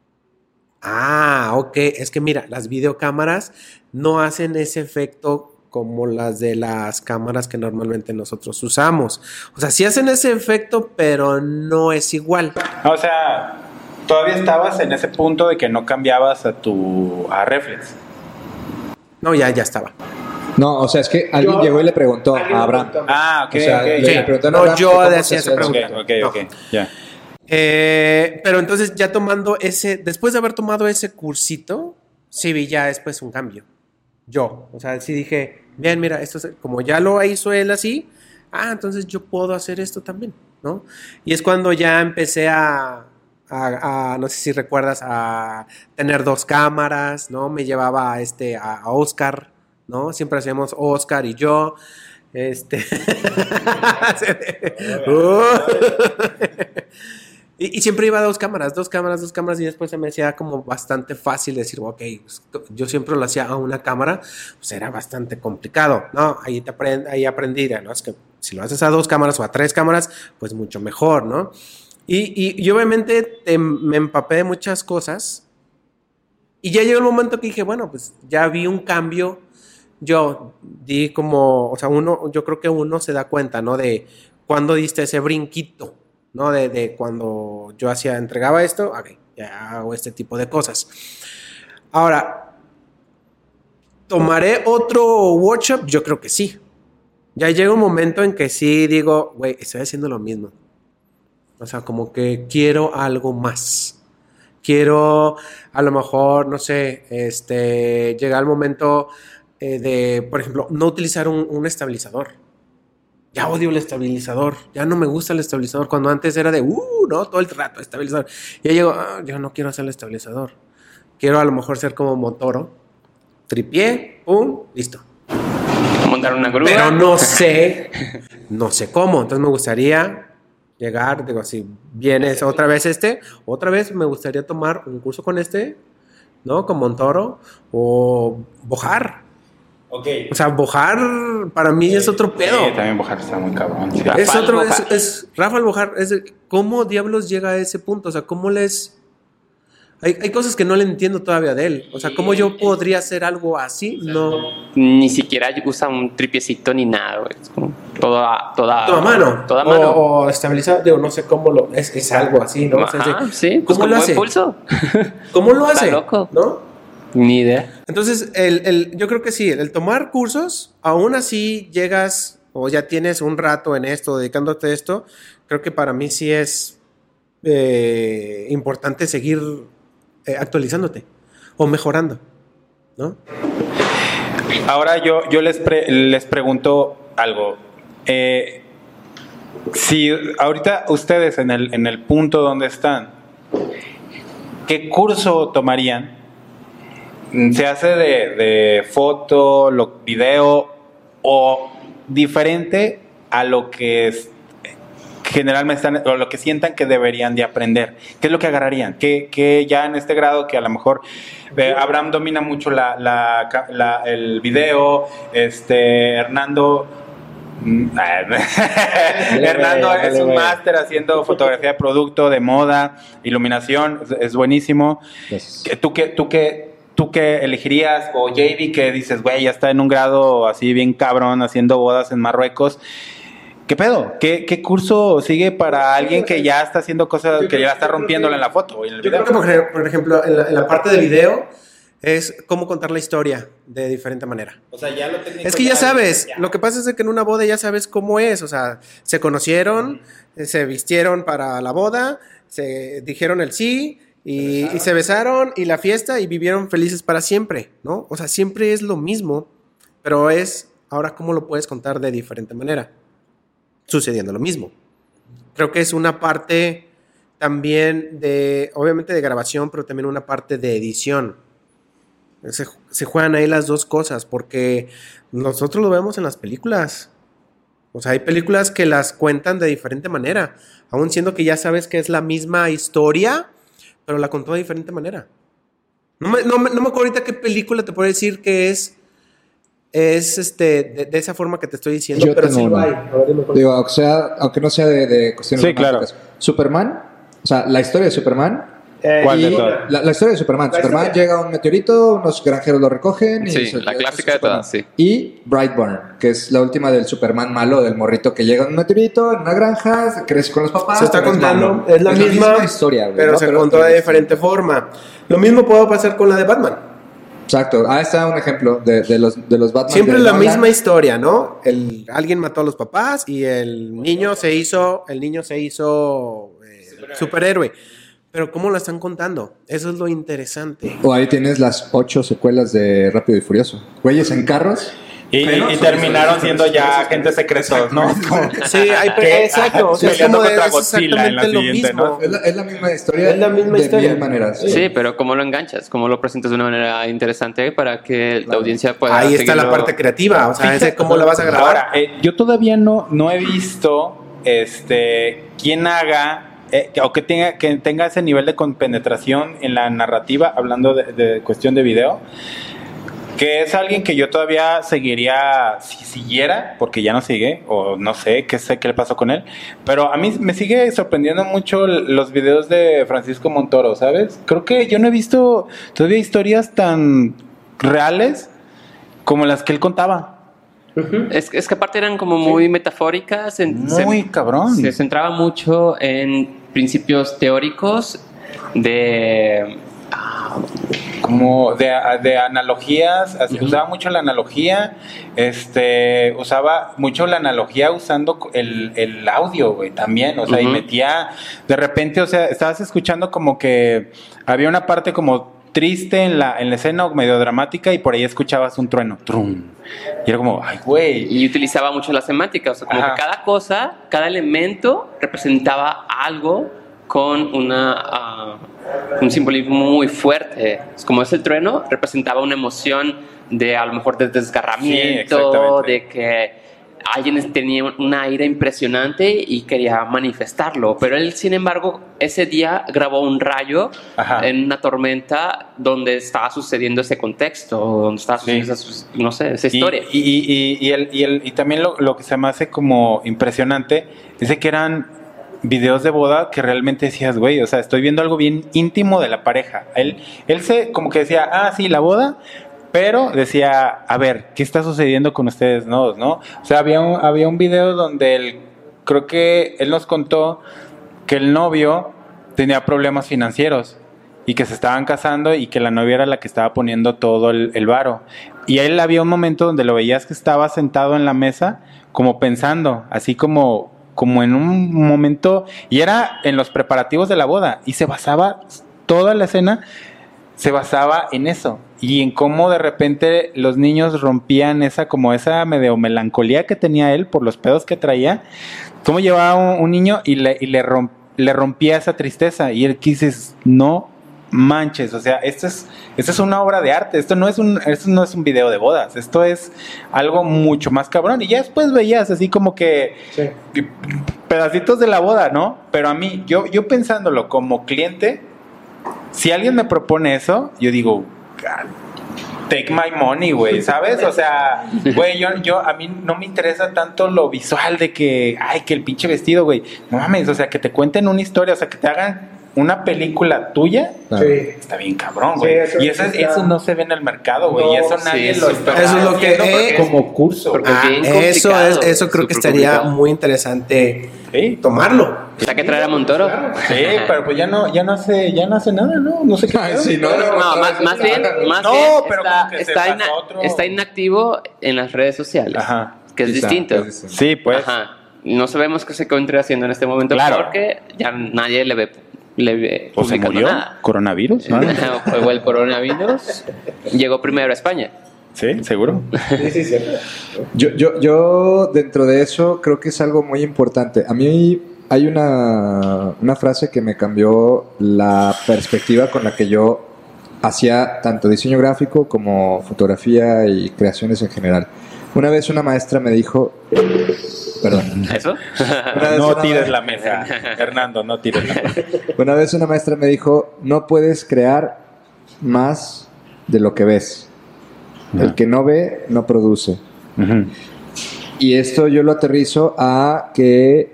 Ah, ok, es que mira, las videocámaras no hacen ese efecto como las de las cámaras que normalmente nosotros usamos. O sea, sí hacen ese efecto, pero no es igual. O sea... ¿Todavía estabas en ese punto de que no cambiabas a tu a reflex? No, ya, ya estaba. No, o sea, es que alguien yo, llegó y le preguntó a Abraham. Ah, ok, o sea, okay. Le, sí. le preguntó no, a Abraham yo decía esa pregunta. Ok, ok, ok, ya. Eh, pero entonces ya tomando ese, después de haber tomado ese cursito, sí vi ya después un cambio. Yo, o sea, sí dije, bien, mira, esto es, como ya lo hizo él así, ah, entonces yo puedo hacer esto también, ¿no? Y es cuando ya empecé a... A, a, no sé si recuerdas, a tener dos cámaras, ¿no? Me llevaba a, este, a, a Oscar, ¿no? Siempre hacíamos Oscar y yo, este... y, y siempre iba a dos cámaras, dos cámaras, dos cámaras, y después se me hacía como bastante fácil decir, ok, pues, yo siempre lo hacía a una cámara, pues era bastante complicado, ¿no? Ahí, te aprend, ahí aprendí, ¿no? Es que si lo haces a dos cámaras o a tres cámaras, pues mucho mejor, ¿no? Y, y, y obviamente te, me empapé de muchas cosas y ya llegó el momento que dije, bueno, pues ya vi un cambio. Yo di como, o sea, uno, yo creo que uno se da cuenta, ¿no? De cuando diste ese brinquito, ¿no? De, de cuando yo hacía, entregaba esto, ok, ya hago este tipo de cosas. Ahora, ¿tomaré otro workshop? Yo creo que sí. Ya llega un momento en que sí digo, güey, estoy haciendo lo mismo. O sea, como que quiero algo más. Quiero, a lo mejor, no sé, este, llegar al momento eh, de, por ejemplo, no utilizar un, un estabilizador. Ya odio el estabilizador, ya no me gusta el estabilizador. Cuando antes era de, uh, no, todo el rato estabilizador. Ya llego, ah, yo no quiero hacer el estabilizador. Quiero a lo mejor ser como Montoro. Tripié, pum, listo. Montar una grúa. Pero no sé, no sé cómo. Entonces me gustaría llegar, digo, si vienes otra vez este, otra vez me gustaría tomar un curso con este, ¿no? Con Montoro o bojar. Okay. O sea, bojar para mí eh, es otro pedo. Sí, también bojar está muy cabrón. Sí. Es otro, es, es Rafael Bojar, es de, ¿cómo diablos llega a ese punto? O sea, ¿cómo les...? Hay, hay cosas que no le entiendo todavía de él. O sea, ¿cómo yo podría hacer algo así? No. Ni siquiera usa un tripiecito ni nada, güey. Es como toda, toda, toda mano. Toda mano. O, o estabilizado, digo, no sé cómo lo... Es, es algo así, ¿no? Ajá, o sea, es, sí. ¿Cómo pues lo hace? Impulso. ¿Cómo lo hace? Está loco. ¿No? Ni idea. Entonces, el, el, yo creo que sí, el tomar cursos, aún así llegas o ya tienes un rato en esto, dedicándote a esto, creo que para mí sí es eh, importante seguir eh, actualizándote o mejorando, ¿no? Ahora yo, yo les, pre, les pregunto algo. Eh, si ahorita ustedes en el, en el punto donde están, ¿qué curso tomarían? ¿Se hace de, de foto, lo, video o diferente a lo que es, generalmente están, o lo que sientan que deberían de aprender? ¿Qué es lo que agarrarían? ¿Qué, qué ya en este grado que a lo mejor eh, Abraham domina mucho la, la, la, el video, este Hernando... Hernando es un máster haciendo fotografía de producto, de moda, iluminación, es, es buenísimo. Yes. ¿Tú qué, tú qué ¿Tú qué elegirías? O J B, que dices, güey, ya está en un grado así bien cabrón haciendo bodas en Marruecos. ¿Qué pedo? ¿Qué, qué curso sigue para alguien que ya está haciendo cosas, que ya está rompiéndola en la foto? En el video? Yo creo que, por ejemplo, en la, en la parte de video es cómo contar la historia de diferente manera. O sea, ya lo técnico. Es que ya, ya sabes, ya. Lo que pasa es que en una boda ya sabes cómo es. O sea, se conocieron, mm. se vistieron para la boda, se dijeron el sí. Y se, y se besaron y la fiesta y vivieron felices para siempre, ¿no? O sea, siempre es lo mismo, pero es ahora cómo lo puedes contar de diferente manera, sucediendo lo mismo. Creo que es una parte también de, obviamente de grabación, pero también una parte de edición. Se, se juegan ahí las dos cosas, porque nosotros lo vemos en las películas. O sea, hay películas que las cuentan de diferente manera, aun siendo que ya sabes que es la misma historia, pero la contó de diferente manera. No me, no, me, no me acuerdo ahorita qué película te puedo decir que es, es este, de, de esa forma que te estoy diciendo, yo pero sí lo hay. Digo, o sea, aunque no sea de, de cuestiones sí, claro. Superman, o sea, la historia de Superman. Eh, ¿Cuál de todas? La, la historia de Superman. La Superman historia. Llega a un meteorito, unos granjeros lo recogen. Y sí, se, la clásica de todas, sí. Y Brightburn, que es la última del Superman malo, del morrito que llega a un meteorito en una granja, crece con los papás. Se está contando, es, es la, es misma, la misma historia, güey, pero ¿no? se pero contó de diferente forma. Lo mismo puede pasar con la de Batman. Exacto, ah, está un ejemplo de, de, los, de los Batman. Siempre es la misma historia, ¿no? El, alguien mató a los papás y el niño se hizo, el niño se hizo eh, superhéroe. superhéroe. Pero ¿cómo la están contando? Eso es lo interesante. O ahí tienes las ocho secuelas de Rápido y Furioso. Güeyes en carros. Y, y, y terminaron siendo ya agentes secretos, ¿no? Sí, hay que, exacto. O sea, es como de, es exactamente lo mismo. ¿no? Es, la, es la misma historia. Es la misma de historia. mil maneras. Sí. sí, pero ¿cómo lo enganchas? ¿Cómo lo presentas de una manera interesante para que claro. la audiencia pueda Ahí está seguirlo? La parte creativa. O sea, ese cómo la vas a grabar. Ahora, eh, yo todavía no, no he visto este quién haga... Eh, o que tenga, que tenga ese nivel de compenetración en la narrativa, hablando de, de cuestión de video, que es alguien que yo todavía seguiría, si siguiera, porque ya no sigue, o no sé qué sé qué le pasó con él, pero a mí me sigue sorprendiendo mucho los videos de Francisco Montoro, ¿sabes? Creo que yo no he visto todavía historias tan reales como las que él contaba. Uh-huh. Es, es que aparte eran como muy sí. metafóricas. En, muy se, cabrón. Se centraba mucho en principios teóricos de... como de, de analogías, uh-huh. usaba mucho la analogía, este, usaba mucho la analogía usando el, el audio, güey, también, o sea, uh-huh. y metía, de repente, o sea, estabas escuchando como que había una parte como triste en la, en la escena, medio dramática, y por ahí escuchabas un trueno, trum, y era como, ay, güey. Y utilizaba mucho la semántica, o sea, como Ajá. que cada cosa, cada elemento representaba algo con una, uh, un simbolismo muy fuerte. Como es el trueno, representaba una emoción de, a lo mejor, de desgarramiento, sí, de que alguien tenía una ira impresionante y quería manifestarlo, pero él, sin embargo, ese día grabó un rayo Ajá. en una tormenta donde estaba sucediendo ese contexto, donde estaba sucediendo sí. esa, no sé, esa historia. Y, y, y, y, el, y, el, y también lo, lo que se me hace como impresionante es que eran videos de boda que realmente decías, güey, o sea, estoy viendo algo bien íntimo de la pareja. Él, él se como que decía, ah, sí, la boda, pero decía, a ver, ¿qué está sucediendo con ustedes dos, no? O sea, había un, había un video donde él, creo que él nos contó que el novio tenía problemas financieros y que se estaban casando y que la novia era la que estaba poniendo todo el, el varo. Y él había un momento donde lo veías que estaba sentado en la mesa como pensando, así como, como en un momento, y era en los preparativos de la boda, y se basaba, toda la escena se basaba en eso. Y en cómo de repente los niños rompían esa, como esa medio melancolía que tenía él por los pedos que traía. Cómo llevaba un, un niño y, le, y le, romp, le rompía esa tristeza. Y él dices, no manches, o sea, esto es, esto es una obra de arte. Esto no es un, esto no es un video de bodas. Esto es algo mucho más cabrón. Y ya después veías así como que sí. pedacitos de la boda, ¿no? Pero a mí, yo, yo pensándolo como cliente, si alguien me propone eso, yo digo, take my money, güey, ¿sabes? O sea, güey, yo, yo, a mí no me interesa tanto lo visual de que, ay, que el pinche vestido, güey. No mames, o sea, que te cuenten una historia, o sea, que te hagan una película tuya, sí. está bien cabrón, güey. Sí, eso y eso, está... eso no se ve en el mercado, güey. No, y eso nadie sí, lo está Eso es lo que eh, como curso. Ah, eso es, eso creo que estaría complicado. Muy interesante ¿Sí? tomarlo. O sea, que traer a Montoro. Sí, pero pues ya no, ya no hace, ya no hace nada, ¿no? No sé qué. Ay, sí, no, no, no, más, más bien, más no, bien pero está, que está, ina, está inactivo en las redes sociales. Ajá. Que es Quizá, distinto. Es sí, pues. Ajá. No sabemos qué se encuentre haciendo en este momento claro. porque ya nadie le ve. Le ¿O se murió? Nada. ¿Coronavirus? ¿No? O el coronavirus llegó primero a España. Sí, seguro. Sí, sí, sí. Yo, yo, yo dentro de eso creo que es algo muy importante. A mí hay una, una frase que me cambió la perspectiva con la que yo hacía tanto diseño gráfico como fotografía y creaciones en general. Una vez una maestra me dijo... Perdón. ¿Eso? No tires la mesa, Hernando, no tires la mesa. Una vez una maestra me dijo, no puedes crear más de lo que ves. No. El que no ve, no produce. Uh-huh. Y esto yo lo aterrizo a que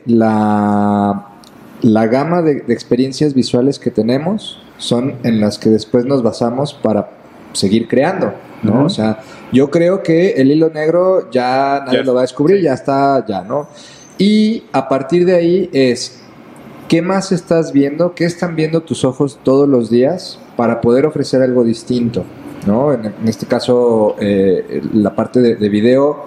la, la gama de, de experiencias visuales que tenemos son en las que después nos basamos para seguir creando, ¿no? Uh-huh. O sea, yo creo que el hilo negro ya nadie yes. lo va a descubrir, sí. ya está, ya, ¿no? Y a partir de ahí es, ¿qué más estás viendo? ¿Qué están viendo tus ojos todos los días para poder ofrecer algo distinto, ¿no? En, en este caso, eh, la parte de, de video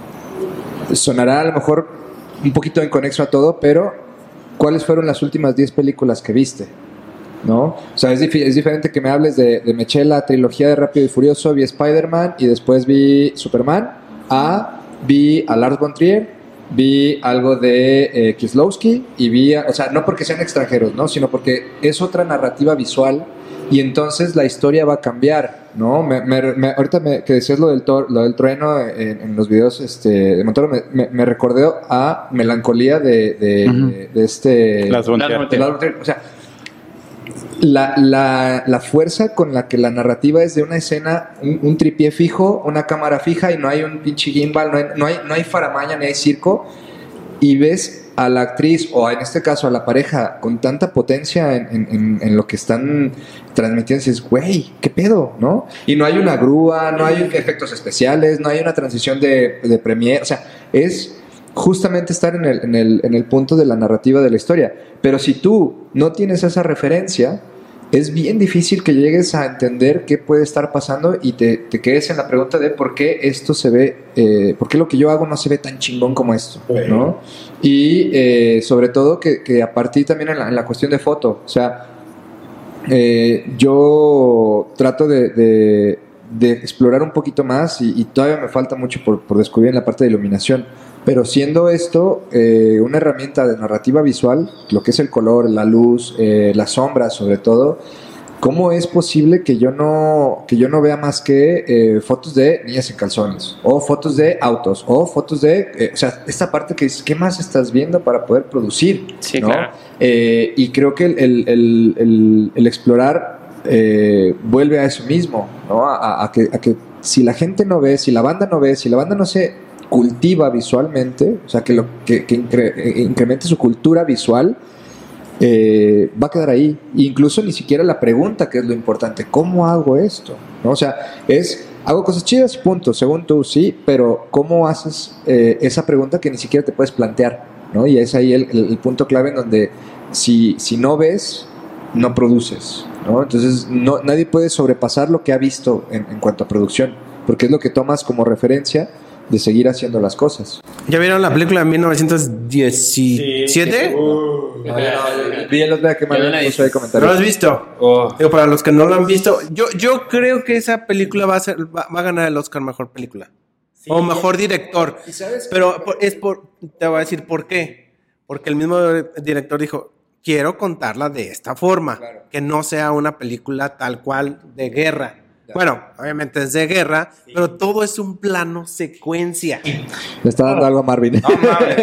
sonará a lo mejor un poquito inconexo a todo, pero ¿cuáles fueron las últimas diez películas que viste? ¿No? O sea, es, dif- es diferente que me hables de, de me eché la trilogía de Rápido y Furioso, vi Spider-Man y después vi Superman, a vi a Lars von Trier, vi algo de eh, Kieslowski y vi, a, o sea, no porque sean extranjeros, ¿no? Sino porque es otra narrativa visual y entonces la historia va a cambiar, ¿no? Me, me, me, ahorita me, que decías lo del, tor, lo del trueno en, en los videos este, de Montoro, me, me, me recordé a Melancolía de, de, uh-huh. de, de este... Las von Trier. O sea, La, la, la fuerza con la que la narrativa es de una escena, un, un tripié fijo, una cámara fija y no hay un pinche gimbal, no hay, no hay, no hay faramaña, ni hay circo, y ves a la actriz o en este caso a la pareja con tanta potencia en, en, en lo que están transmitiendo, y dices, güey, ¿qué pedo? ¿No? Y no hay una grúa, no hay efectos especiales, no hay una transición de, de premiere, o sea, es... justamente estar en el, en, el, en el punto de la narrativa de la historia. Pero si tú no tienes esa referencia, es bien difícil que llegues a entender qué puede estar pasando y te, te quedes en la pregunta de por qué esto se ve, eh, por qué lo que yo hago no se ve tan chingón como esto, ¿no? Y eh, sobre todo que, que a partir también en la, en la cuestión de foto, o sea, eh, yo trato de, de, de explorar un poquito más y, y todavía me falta mucho por, por descubrir en la parte de iluminación. Pero siendo esto eh, una herramienta de narrativa visual, lo que es el color, la luz, eh, las sombras sobre todo, ¿cómo es posible que yo no, que yo no vea más que eh, fotos de niñas en calzones? O fotos de autos, o fotos de... Eh, o sea, esta parte que es, ¿qué más estás viendo para poder producir? Sí, ¿no? claro. Eh, y creo que el, el, el, el, el explorar eh, vuelve a eso mismo, ¿no? A, a, que, a que si la gente no ve, si la banda no ve, si la banda no se cultiva visualmente, o sea, que, lo, que, que incre, incremente su cultura visual, eh, va a quedar ahí. Incluso ni siquiera la pregunta, que es lo importante, ¿cómo hago esto? ¿No? O sea, es, hago cosas chidas, punto, según tú, sí, pero ¿cómo haces eh, esa pregunta que ni siquiera te puedes plantear? ¿No? Y es ahí el, el, el punto clave en donde si, si no ves, no produces, ¿no? Entonces no, nadie puede sobrepasar lo que ha visto en, en cuanto a producción, porque es lo que tomas como referencia de seguir haciendo las cosas. ¿Ya vieron la película de mil novecientos diecisiete? Sí, uh, no, no, vi el otro día que me no puso ahí comentarios. ¿No lo has visto? Oh. Digo, para los que no lo han visto, yo, yo creo que esa película va a ser, va, va a ganar el Oscar mejor película. Sí, o mejor director. Pero por, es por, te voy a decir por qué. Porque el mismo director dijo, quiero contarla de esta forma, claro, que no sea una película tal cual de guerra. Bueno, obviamente es de guerra, sí, pero todo es un plano secuencia. Le está dando oh. algo a Marvin. No mames.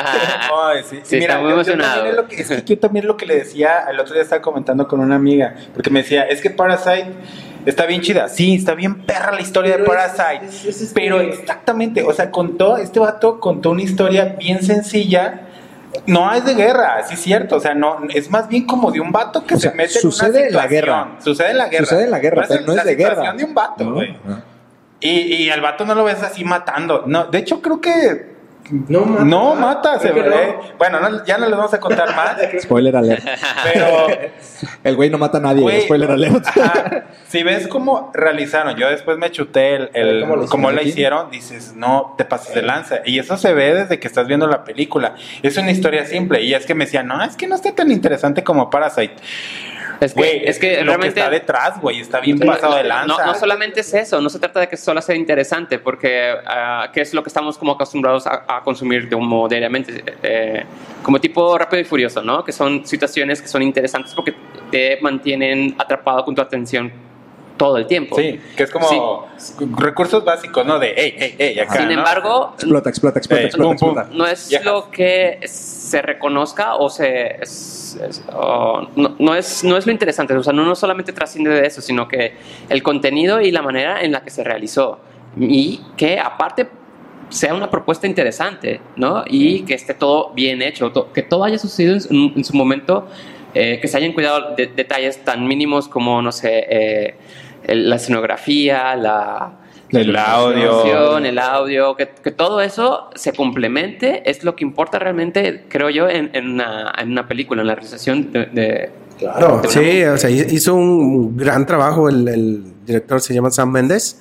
Ay, sí. Sí, Mira, está muy yo, emocionado. Yo también, lo que, es que yo también lo que le decía, el otro día estaba comentando con una amiga, porque me decía, es que Parasite está bien chida. Sí, está bien perra la historia pero de Parasite. Es, es, es, pero exactamente, o sea, contó, este vato contó una historia bien sencilla. No es de guerra, sí es cierto, o sea, no, es más bien como de un vato que o se sea, mete en una situación. En la guerra. Sucede en la guerra. Sucede en la guerra, no pero es, no es de guerra. La situación de un vato, güey. No, no. Y, y al vato no lo ves así matando. No, de hecho creo que no mata, no mata se ve. No. Bueno, no, ya no les vamos a contar más. Spoiler alert. Pero el güey no mata a nadie, güey, spoiler alert. Ajá. Si ves cómo realizaron, yo después me chuté el, el cómo, cómo la hicieron, dices, no te pases de lanza. Y eso se ve desde que estás viendo la película. Es una historia simple. Y es que me decían, no, es que no está tan interesante como Parasite. Es que, güey, es que lo realmente que está detrás, güey, está bien pasado de lanza. No, no solamente es eso, no se trata de que solo sea interesante, porque uh, que es lo que estamos como acostumbrados a, a consumir como diariamente, eh, como tipo Rápido y Furioso, ¿no? Que son situaciones que son interesantes porque te mantienen atrapado con tu atención todo el tiempo. Sí, que es como sí. recursos básicos, ¿no? De, hey, hey, hey, acá, Sin ¿no? embargo... Explota, explota, explota, hey, explota, pum, explota. Pum. No es yeah. lo que se reconozca o se... Es, es, oh, no, no, es, no es lo interesante, o sea, no, no solamente trasciende de eso, sino que el contenido y la manera en la que se realizó. Y que aparte sea una propuesta interesante, ¿no? Y que esté todo bien hecho, to, que todo haya sucedido en, en su momento, eh, que se hayan cuidado de detalles tan mínimos como, no sé... Eh, la escenografía, la, el audio, el audio, que, que todo eso se complemente, es lo que importa realmente, creo yo, en, en, una, en una película, en la realización de... de claro, de sí, o sea, hizo un gran trabajo, el, el director se llama Sam Mendes.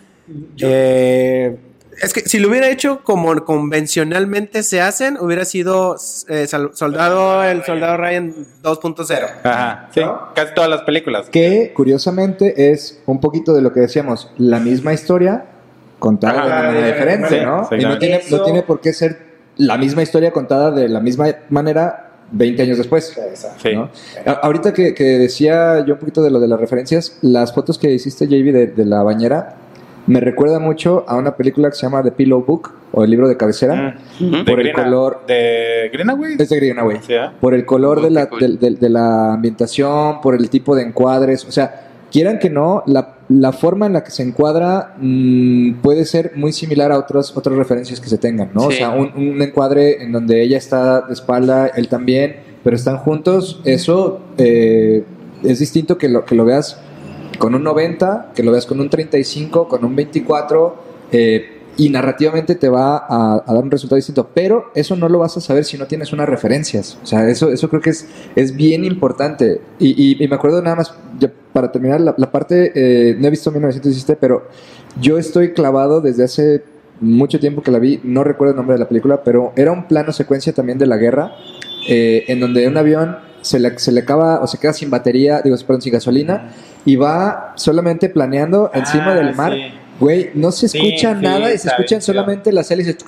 Eh, es que si lo hubiera hecho como convencionalmente se hacen, hubiera sido eh, Soldado, el Soldado Ryan dos punto cero. Ajá, sí, ¿no? Casi todas las películas. Que curiosamente es un poquito de lo que decíamos, la misma historia contada Ajá, de una manera diferente, sí, ¿no? Sí, y no tiene, no tiene por qué ser la misma historia contada de la misma manera veinte años después. Sí. ¿no? Ahorita que, que decía yo un poquito de lo de las referencias, las fotos que hiciste, J B, de, de la bañera, me recuerda mucho a una película que se llama The Pillow Book, o el libro de cabecera, mm. por de el Green, color... ¿De Greenaway? Es de Greenaway. Sí, ¿eh? Por el color de la, de, de, de la ambientación, por el tipo de encuadres, o sea, quieran que no, la, la forma en la que se encuadra mmm, puede ser muy similar a otras, otras referencias que se tengan, ¿no? Sí. O sea, un, un encuadre en donde ella está de espalda, él también, pero están juntos, eso eh, es distinto que lo, que lo veas con un noventa, que lo veas con un treinta y cinco, con un veinticuatro, eh, y narrativamente te va a, a dar un resultado distinto, pero eso no lo vas a saber si no tienes unas referencias. O sea, eso, eso creo que es, es bien importante. Y, y, y me acuerdo nada más, ya para terminar, la, la parte, eh, no he visto mil novecientos diecisiete, pero yo estoy clavado desde hace mucho tiempo que la vi, no recuerdo el nombre de la película, pero era un plano secuencia también de la guerra, eh, en donde un avión se le, se le acaba o se queda sin batería, digo, perdón, sin gasolina, y va solamente planeando ah, encima del mar. Sí. Güey, no se escucha sí, nada sí, y se escuchan solamente las hélices.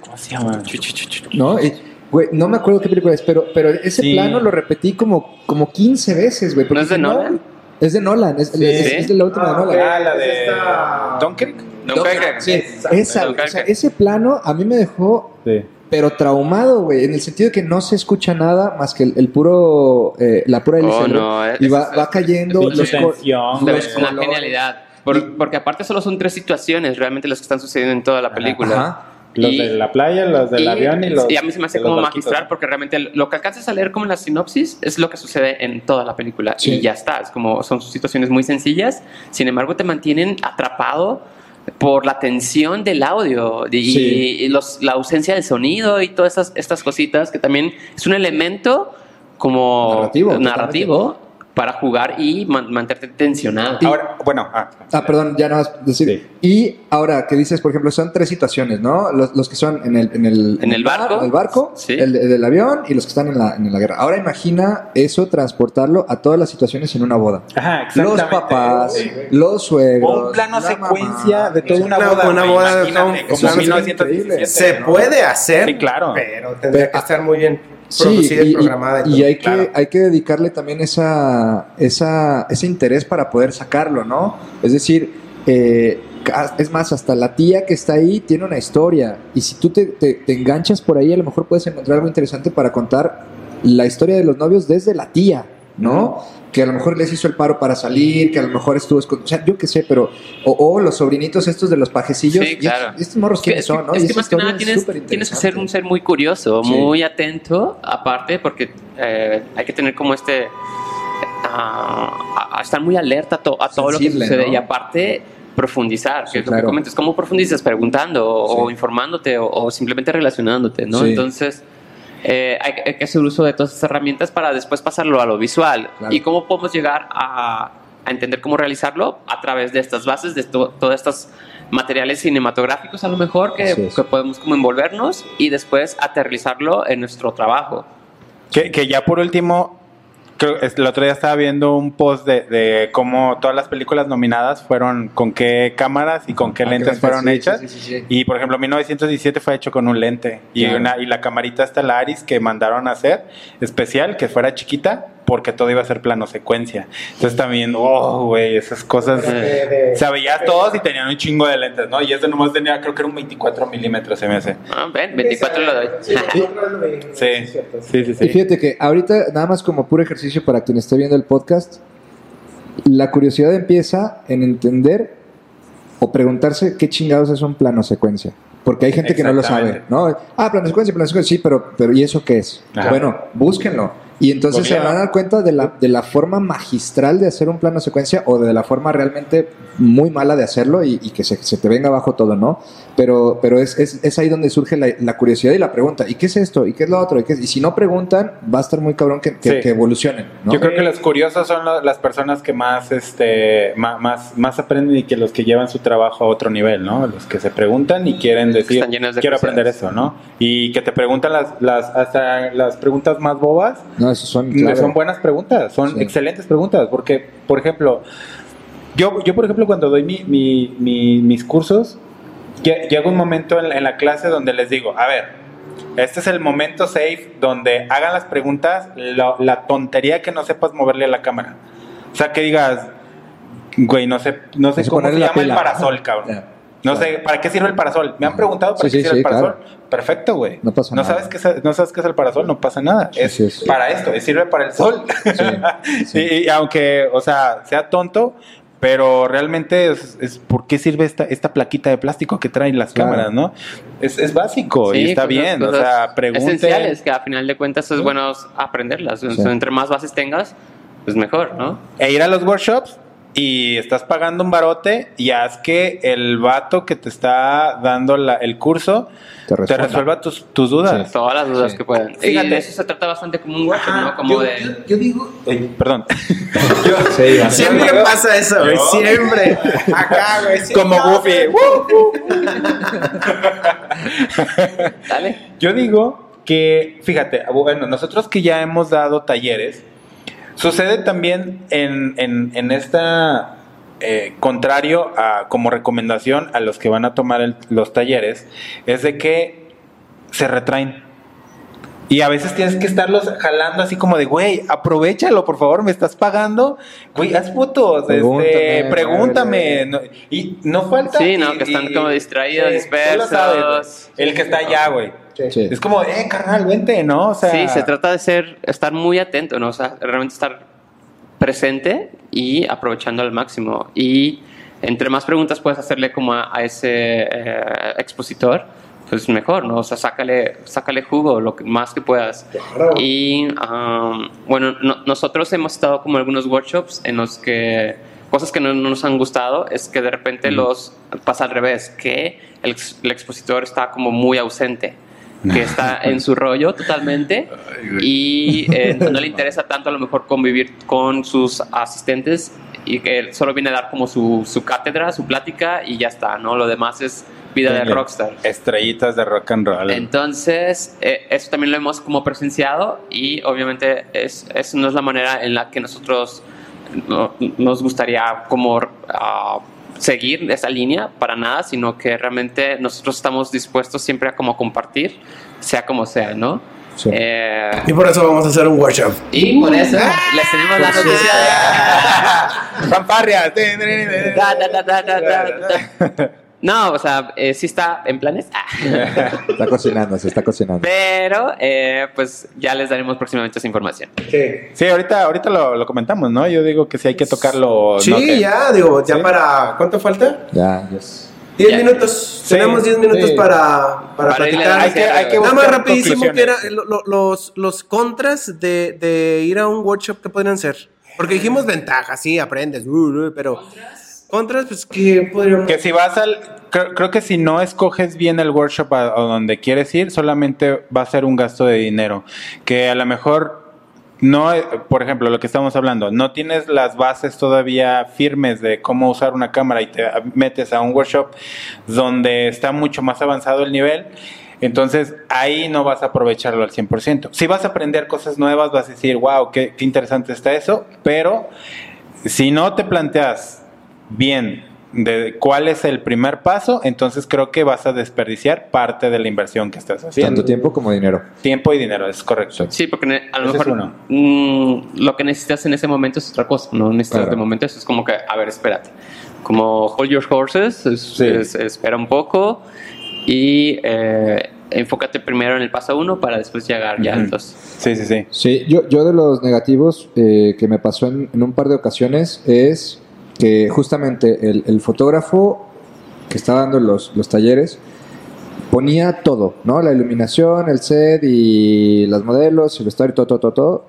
¿No? Y, güey, no me acuerdo qué película es, pero, pero ese sí. plano lo repetí como, como quince veces, güey. ¿No es de Nolan? Es de Nolan, es, sí. es, es de la última ah, de Nolan. Ah, la de Dunkirk. Dunkirk, sí. Esa, o sea, ese plano a mí me dejó... Sí. Pero traumado, güey, en el sentido de que no se escucha nada más que el, el puro, eh, la pura hélice. Oh, no, y va, va cayendo es, los, co- los es una colores. Genialidad. Por, porque aparte solo son tres situaciones realmente las que están sucediendo en toda la película. Ajá. Los y, de la playa, los del y, avión y los... Y a mí se me hace como magistral porque realmente lo que alcanzas a leer como en la sinopsis es lo que sucede en toda la película. Sí. Y ya está, es como son situaciones muy sencillas, sin embargo te mantienen atrapado por la tensión del audio y, sí. y los, la ausencia de sonido y todas estas, estas cositas que también es un elemento como narrativo, narrativo para jugar y man, mantenerte tensionado. Y, ahora, bueno, ah, ah, perdón, ya nada más decir. Sí. Y ahora que dices, por ejemplo, son tres situaciones, ¿no? Los, los que son en el, en el, en el barco, bar, el barco, sí. el, el del avión y los que están en la, en la guerra. Ahora imagina eso transportarlo a todas las situaciones en una boda. Ajá, los papás, sí. los suegros, o un plano secuencia mamá. De toda una claro, boda. Una boda de todo, como mil novecientos diecisiete. Se ¿no? puede hacer, sí, claro. pero tendría pero, que estar muy bien. Sí, y, programada y, y, y hay, claro. que, hay que dedicarle también esa, esa, ese interés para poder sacarlo, ¿no? Es decir, eh, es más, hasta la tía que está ahí tiene una historia y si tú te, te, te enganchas por ahí a lo mejor puedes encontrar algo interesante para contar la historia de los novios desde la tía, ¿no? Uh-huh. Que a lo mejor les hizo el paro para salir, que a lo mejor estuvo escondido, o sea, yo qué sé, pero o, o los sobrinitos estos de los pajecillos, sí, claro. y estos morros quiénes son, ¿no? Es y que más que nada tienes, tienes que ser un ser muy curioso, sí. muy atento, aparte, porque eh, hay que tener como este, uh, a, a estar muy alerta a, to, a todo Sensible, lo que sucede, ¿no? Y aparte profundizar, sí, que es claro. lo que comentas, ¿cómo profundizas? Preguntando, sí. o informándote, o, o simplemente relacionándote, ¿no? Sí. Entonces... Eh, hay, hay que hacer uso de todas estas herramientas para después pasarlo a lo visual. Claro. ¿Y cómo podemos llegar a, a entender cómo realizarlo? A través de estas bases, de to, todos estos materiales cinematográficos a lo mejor que, es. que podemos como envolvernos y después aterrizarlo en nuestro trabajo. Que, que ya por último, creo el otro día estaba viendo un post de, de cómo todas las películas nominadas fueron con qué cámaras y con qué ah, lentes fueron sí, hechas. Sí, sí, sí, sí. Y por ejemplo, mil novecientos diecisiete fue hecho con un lente y, claro. una, y la camarita esta, la Aris, que mandaron a hacer especial, que fuera chiquita, porque todo iba a ser plano secuencia. Entonces también, oh, güey, esas cosas. De, de, o sea, veías de, todos y tenían un chingo de lentes, ¿no? Y este nomás tenía, creo que era un veinticuatro milímetros, se me hace. Ah, ven, veinticuatro lo doy. Sí, sí, sí, sí, sí. Y fíjate que ahorita, nada más como puro ejercicio para quien esté viendo el podcast, la curiosidad empieza en entender o preguntarse qué chingados es un plano secuencia. Porque hay gente que no lo sabe, ¿no? Ah, plano secuencia, plano secuencia, sí, pero, pero ¿y eso qué es? Ajá. Bueno, búsquenlo. Y entonces Porque se van a dar cuenta de la, de la forma magistral de hacer un plano secuencia o de la forma realmente muy mala de hacerlo y, y que se, se te venga abajo todo, ¿no? Pero, pero es, es, es ahí donde surge la, la curiosidad y la pregunta. ¿Y qué es esto? ¿Y qué es lo otro? ¿Y, qué es? Y si no preguntan, va a estar muy cabrón que, que, sí. que evolucionen, ¿no? Yo creo que los curiosos son lo, las personas que más, este, más, más, más aprenden y que los que llevan su trabajo a otro nivel, ¿no? Los que se preguntan y quieren decir, de quiero aprender eso, ¿no? Y que te preguntan las, las, hasta las preguntas más bobas. No, eso son, claro. son buenas preguntas, son sí. excelentes preguntas, porque, por ejemplo, yo, yo por ejemplo, cuando doy mi, mi, mi, mis cursos, llega un momento en, en la clase donde les digo, a ver, este es el momento safe donde hagan las preguntas, la, la tontería que no sepas moverle a la cámara. O sea, que digas, güey, no sé, no sé cómo se llama pila. el parasol, cabrón. Yeah. No claro. sé, ¿para qué sirve el parasol? Me han preguntado para sí, qué sí, sirve sí, el parasol. Claro. Perfecto, güey. No pasa no nada. Sabes qué es, no sabes qué es el parasol, no pasa nada. Sí, es sí, sí. para esto, es, sirve para el sol. Sí, sí. y, y aunque, o sea, sea tonto, pero realmente es, es ¿por qué sirve esta, esta plaquita de plástico que traen las claro. cámaras, no? Es, es básico sí, y está bien. O sea, pregunten. Esenciales que a final de cuentas es bueno aprenderlas. Sí. Entonces, entre más bases tengas, pues mejor, ¿no? E ir a los workshops y estás pagando un barote y haz que el vato que te está dando la, el curso te, te resuelva tus, tus dudas. Sí, todas las dudas Sí. que puedan. Fíjate. Y de eso se trata bastante como un workshop, ¿no? Como yo, de... yo, yo digo... Ay, perdón. Sí, así. Siempre pasa eso, güey. Siempre. Acá, güey. sí, Como no, Goofy. Dale. Yo digo que, fíjate, bueno, nosotros que ya hemos dado talleres, sucede también en, en, en esta, eh, contrario a como recomendación a los que van a tomar el- los talleres, es de que se retraen. Y a veces tienes que estarlos jalando así como de, güey, aprovechalo, por favor, me estás pagando. Güey, haz fotos, Pregúntame, este, pregúntame. ábrele. No- y no falta. Sí, no, y- que están y- como distraídos, sí, dispersos. tú lo sabes, güey. El que está allá, güey. Sí. Es como, eh, carnal, vente, ¿no? O sea, Sí, se trata de ser, estar muy atento, ¿no? O sea, realmente estar presente y aprovechando al máximo. Y entre más preguntas puedes hacerle como a, a ese eh, expositor, pues mejor, ¿no? O sea, sácale, sácale jugo lo que, más que puedas. Claro. Y um, bueno, no- nosotros hemos estado como en algunos workshops en los que cosas que no, no nos han gustado es que de repente los pasa al revés, que el, ex- el expositor está como muy ausente, que está en su rollo totalmente y eh, no le interesa tanto a lo mejor convivir con sus asistentes y que él solo viene a dar como su, su cátedra, su plática y ya está, ¿no? Lo demás es vida de rockstar. Estrellitas de rock and roll. Entonces, eh, eso también lo hemos como presenciado y obviamente es, es, no es la manera en la que nosotros no, nos gustaría como ah, seguir esa línea para nada, sino que realmente nosotros estamos dispuestos siempre a como compartir, sea como sea, ¿no? Sí. Eh, Y por eso vamos a hacer un workshop. y por eso les tenemos la noticia Fanfarria. de... Da, da, da, da, da, da, da. No, o sea, eh, sí está en planes. Ah. Está cocinando, se está cocinando. Pero, eh, pues ya les daremos próximamente esa información. Sí, Sí, ahorita, ahorita lo, lo comentamos, ¿no? Yo digo que sí hay que tocarlo. sí no sé. ya, digo, ya ¿Sí? para... ¿Cuánto falta? Ya, yes. Diez Ya. minutos. Sí, Tenemos diez minutos sí. para, para, Para irle platicar. dando Hay que, hay que Nada más buscar rapidísimo, que era conclusiones. lo- lo- los, los contras de, de ir a un workshop, ¿qué podrían ser? Porque dijimos ventajas, sí, aprendes, uh, uh, pero... Contras, pues, ¿qué podríamos...? Que si vas al... Creo, creo que si no escoges bien el workshop a, a donde quieres ir, solamente va a ser un gasto de dinero. Que a lo mejor no, eh, por ejemplo, lo que estamos hablando, no tienes las bases todavía firmes de cómo usar una cámara y te metes a un workshop donde está mucho más avanzado el nivel. Entonces ahí no vas a aprovecharlo al cien por ciento. Si vas a aprender cosas nuevas, vas a decir, wow, qué, qué interesante está eso, pero si no te planteas bien de cuál es el primer paso, entonces creo que vas a desperdiciar parte de la inversión que estás haciendo. Tanto tiempo como dinero. Tiempo y dinero, es correcto. Sí, porque ne- a lo Ese es mejor uno. mm, lo que necesitas en ese momento es otra cosa. No necesitas Claro. de momento eso. Es como que, a ver, espérate. Como hold your horses, es- Sí. es- espera un poco y eh, enfócate primero en el paso uno para después llegar ya. Ujú. Entonces, Sí, sí, sí. Sí, yo, yo de los negativos eh, que me pasó en, en un par de ocasiones es que justamente el, el fotógrafo que estaba dando los, los talleres ponía todo, ¿no? La iluminación, el set y las modelos, el vestuario, todo, todo, todo, todo.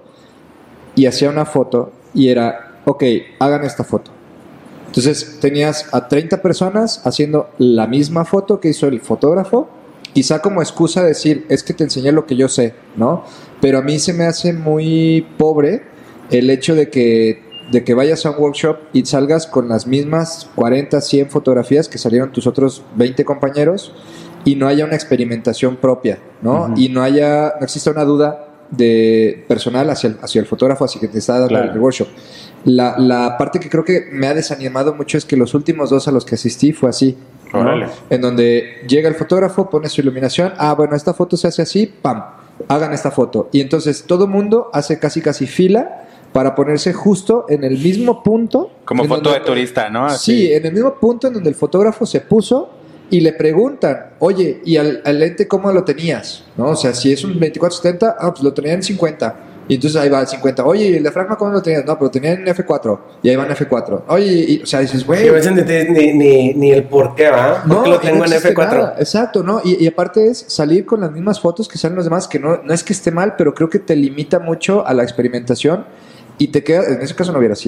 Y hacía una foto y era, ok, hagan esta foto. Entonces tenías a treinta personas haciendo la misma foto que hizo el fotógrafo, quizá como excusa decir, es que te enseñé lo que yo sé, ¿no? Pero a mí se me hace muy pobre el hecho de que, de que vayas a un workshop y salgas con las mismas cuarenta, cien fotografías que salieron tus otros veinte compañeros y no haya una experimentación propia, ¿no? Ujú. Y no haya, no exista una duda de personal hacia el, hacia el fotógrafo, así que te está dando Claro. el workshop. La, la parte que creo que me ha desanimado mucho es que los últimos dos a los que asistí fue así, ¿no? Órale. En donde llega el fotógrafo, pone su iluminación, ah, bueno, esta foto se hace así, pam, hagan esta foto. Y entonces todo mundo hace casi casi fila para ponerse justo en el mismo punto. Como en foto donde- de turista, ¿no? Así. Sí, en el mismo punto en donde el fotógrafo se puso y le preguntan, oye, ¿y al, al lente cómo lo tenías? ¿No? O sea, si es un veinticuatro setenta, ah, pues lo tenía en cincuenta. Y entonces ahí va el cincuenta. Oye, ¿y el diafragma cómo lo tenías? No, pero lo tenía en F cuatro. Y ahí va en F cuatro. Oye, y, o sea, dices, güey. Y a veces ni, ni, ni, ni el por qué, ¿va? No, Porque lo y tengo no en existe F cuatro. nada. Exacto, ¿no? Y, y aparte es salir con las mismas fotos que salen los demás, que no, no es que esté mal, pero creo que te limita mucho a la experimentación y te queda, en ese caso no hubiera sido.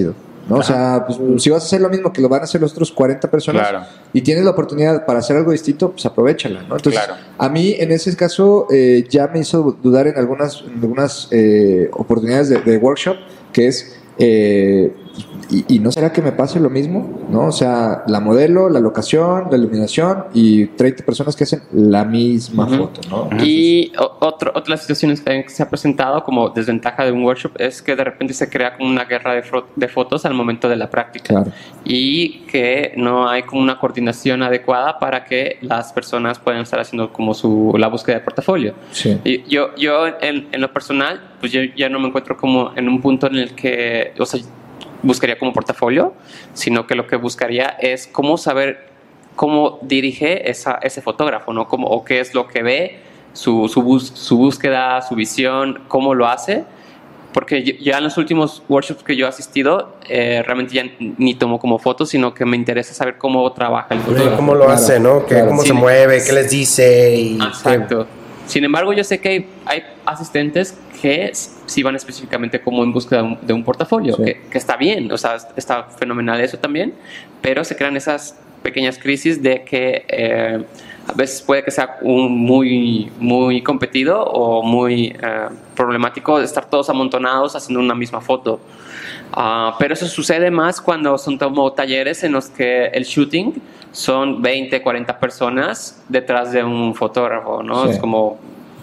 ¿no? O sea, pues, si vas a hacer lo mismo que lo van a hacer los otros cuarenta personas Claro. y tienes la oportunidad para hacer algo distinto, pues aprovechala, ¿no? Entonces, Claro. a mí en ese caso eh, ya me hizo dudar en algunas, en algunas eh, oportunidades de, de workshop, que es... Eh, y, y no será que me pase lo mismo, ¿no? O sea, la modelo, la locación, la iluminación y treinta personas que hacen la misma Uh-huh. foto, ¿no? Y o- otro, otras situaciones que se ha presentado como desventaja de un workshop es que de repente se crea como una guerra de, fro- de fotos al momento de la práctica. Claro. Y que no hay como una coordinación adecuada para que las personas puedan estar haciendo como su, la búsqueda de portafolio. Sí. Y yo, yo en, en lo personal, pues yo ya no me encuentro como en un punto en el que, o sea, buscaría como portafolio, sino que lo que buscaría es cómo saber cómo dirige esa, ese fotógrafo, ¿no? Cómo, o qué es lo que ve, su, su, bus, su búsqueda, su visión, cómo lo hace. Porque ya en los últimos workshops que yo he asistido, eh, realmente ya ni tomo como fotos, sino que me interesa saber cómo trabaja el fotógrafo. Cómo lo Claro, hace, ¿no? Que, claro. cómo Sí. se mueve, qué les dice y Exacto. Sin embargo, yo sé que hay, hay asistentes que sí van específicamente como en búsqueda de un, de un portafolio, Sí. que, que está bien, o sea, está fenomenal eso también, pero se crean esas pequeñas crisis de que eh, a veces puede que sea un muy, muy competido o muy eh, problemático estar todos amontonados haciendo una misma foto. Uh, pero eso sucede más cuando son como talleres en los que el shooting son veinte, cuarenta personas detrás de un fotógrafo, ¿no? Sí. Es como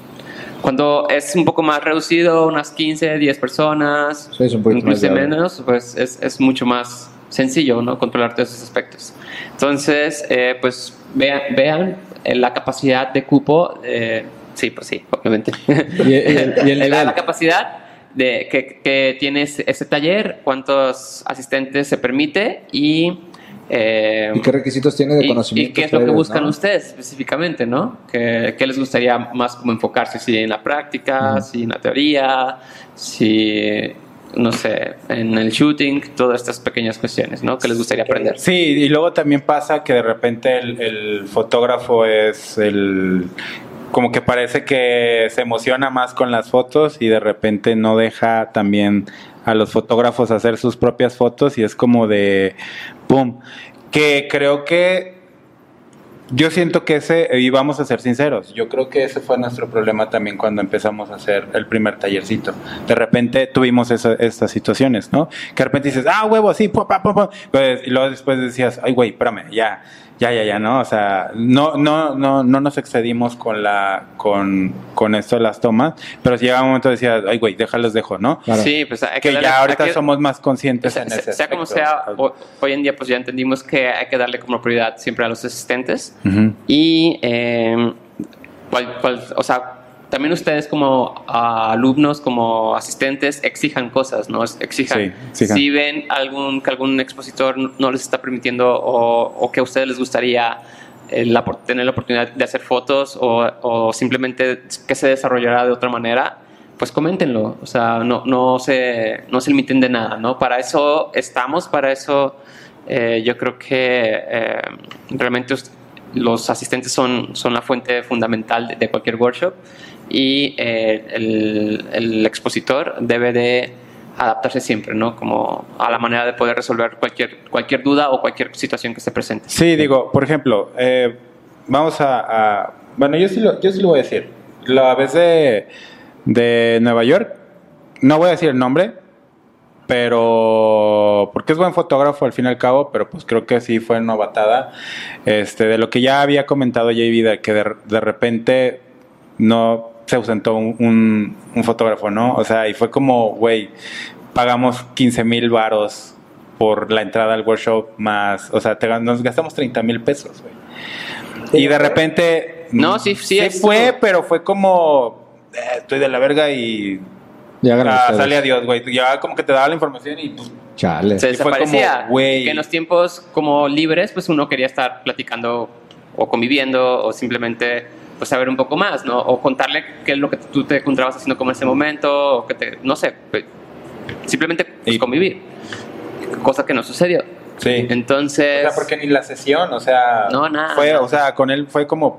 cuando es un poco más reducido, unas quince, diez personas, Sí, es un poquito incluso más llave. menos, pues es, es mucho más sencillo, ¿no? Controlar todos esos aspectos. Entonces, eh, pues vean, vean eh, la capacidad de cupo, eh, sí, pues sí, obviamente. Y, y el, y el la, nivel. la capacidad de que, que tiene ese, ese taller, cuántos asistentes se permite y, eh, ¿Y qué requisitos tiene de y- conocimiento? y qué es lo que previos, buscan ¿no? ustedes específicamente, ¿no? ¿Qué, qué les gustaría más como enfocarse? Si en la práctica, Mm. si en la teoría, si, no sé, en el shooting, todas estas pequeñas cuestiones, ¿no? ¿Qué les gustaría aprender? Sí, y luego también pasa que de repente el, el fotógrafo es el... como que parece que se emociona más con las fotos y de repente no deja también a los fotógrafos hacer sus propias fotos y es como de ¡pum! Que creo que yo siento que ese, y vamos a ser sinceros, yo creo que ese fue nuestro problema también cuando empezamos a hacer el primer tallercito. De repente tuvimos esa, estas situaciones, ¿no? Que de repente dices, ah, huevo, sí, pum, pum, pum, pum. Pues, y luego después decías, ay, güey, espérame, ya, ya, ya, ya, ¿no? O sea, no, no, no, no nos excedimos con la, con, con esto de las tomas, pero si llegaba un momento decías, ay, güey, déjalos dejo, ¿no? Claro. Sí, pues hay Que darle- ya ahorita hay que- somos más conscientes sea, en sea- ese sea como aspecto. sea, ho- hoy en día pues ya entendimos que hay que darle como prioridad siempre a los asistentes Ujú. y eh, cual- cual- o sea, también ustedes como ah, alumnos, como asistentes, exijan cosas, ¿no? Exijan. Sí, exijan. Si ven algún, que algún expositor no les está permitiendo o, o que a ustedes les gustaría eh, la, tener la oportunidad de hacer fotos o, o simplemente que se desarrollará de otra manera, pues coméntenlo, o sea, no, no, se, no se limiten de nada, ¿no? Para eso estamos, para eso eh, yo creo que eh, realmente us- los asistentes son, son la fuente fundamental de, de cualquier workshop y eh, el, el expositor debe de adaptarse siempre, ¿no? Como a la manera de poder resolver cualquier, cualquier duda o cualquier situación que se presente. Sí, digo, por ejemplo, eh, vamos a, a- Bueno, yo sí, lo, yo sí lo voy a decir. La vez de, de Nueva York, no voy a decir el nombre, pero... Porque es buen fotógrafo al fin y al cabo, pero pues creo que sí fue novatada. Este, de lo que ya había comentado J B, de que de, de repente no se ausentó un, un, un fotógrafo, ¿no? O sea, y fue como, güey, pagamos quince mil varos por la entrada al workshop más, o sea, te, nos gastamos treinta mil pesos, güey. Y de repente... No, sí, sí, sí es- fue, pero fue como, eh, estoy de la verga y Ya ganan ah, ustedes. sale adiós, güey. Ya como que te daba la información y pues, Chale. Se Y fue desaparecía. como, güey. Que en los tiempos como libres, pues uno quería estar platicando o conviviendo o simplemente pues saber un poco más, ¿no? O contarle qué es lo que tú te encontrabas haciendo como en ese momento, o que te, no sé, pues, simplemente pues, Y- convivir. Cosa que no sucedió. sí. Entonces... O sea, porque ni la sesión, o sea, No, nada, fue, nada. o sea, con él fue como,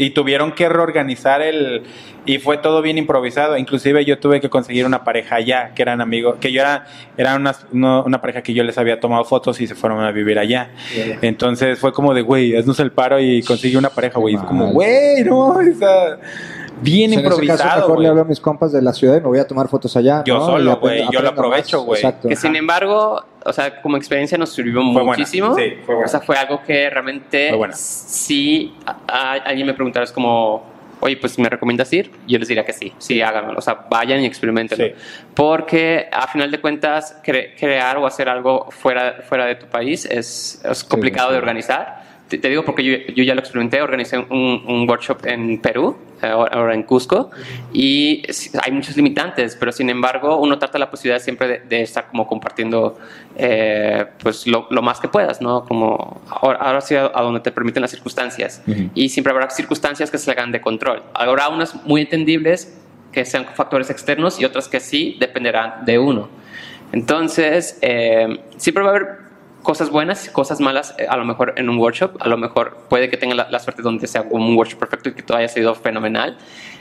y tuvieron que reorganizar el... Y fue todo bien improvisado. Inclusive yo tuve que conseguir una pareja allá, que eran amigos, que yo era, era una, una, una pareja que yo les había tomado fotos y se fueron a vivir allá. Yeah. Entonces fue como de, güey, haznos el paro y consigue una pareja, güey. Es como, güey, no, esa... Bien pues improvisado, en ese caso, mejor wey. le hablo a mis compas de la ciudad y me voy a tomar fotos allá. Yo ¿no? solo, güey. Yo lo aprovecho, güey. Que sin embargo, o sea, como experiencia nos sirvió fue muchísimo. Buena. Sí, fue buena. O sea, fue algo que realmente sí, a, a, alguien me preguntara, es como, oye, pues ¿me recomiendas ir? Yo les diría que sí, sí, háganlo. O sea, vayan y experimentenlo. Sí. Porque a final de cuentas, cre crear o hacer algo fuera, fuera de tu país es, es complicado sí, sí. de organizar. Te, te digo porque yo, yo ya lo experimenté, organicé un, un workshop en Perú, ahora en Cusco, y hay muchos limitantes, pero sin embargo uno trata la posibilidad siempre de, de estar como compartiendo eh, pues lo, lo más que puedas, ¿no? Como ahora, ahora sí a, a donde te permiten las circunstancias. Uh-huh. Y siempre habrá circunstancias que se salgan de control. Habrá unas muy entendibles que sean factores externos y otras que sí dependerán de uno. Entonces, eh, siempre va a haber cosas buenas y cosas malas, a lo mejor en un workshop, a lo mejor puede que tenga la, la suerte donde sea como un workshop perfecto y que todo haya sido fenomenal,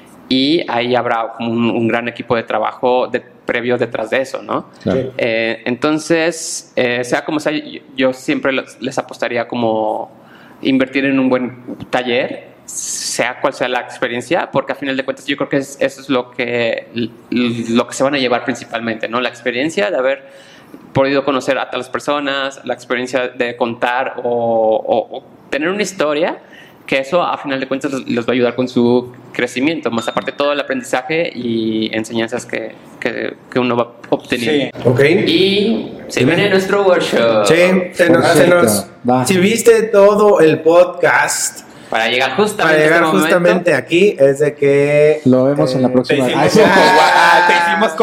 y ahí habrá un, un gran equipo de trabajo de, previo detrás de eso, ¿no? Claro. Eh, entonces, eh, sea como sea, yo, yo siempre les, les apostaría como invertir en un buen taller, sea cual sea la experiencia, porque a final de cuentas yo creo que es, eso es lo que, lo que se van a llevar principalmente, ¿no? La experiencia de haber podido conocer a las personas, la experiencia de contar o, o, o tener una historia, que eso a final de cuentas les, les va a ayudar con su crecimiento, más aparte todo el aprendizaje y enseñanzas que, que, que uno va obteniendo. Sí. Okay. Y se viene nuestro workshop. Sí, se nos, se nos, si viste todo el podcast para llegar justamente, para llegar este justamente aquí, es de que lo vemos eh, en la próxima. Te hicimos cocoguacha. Te hicimos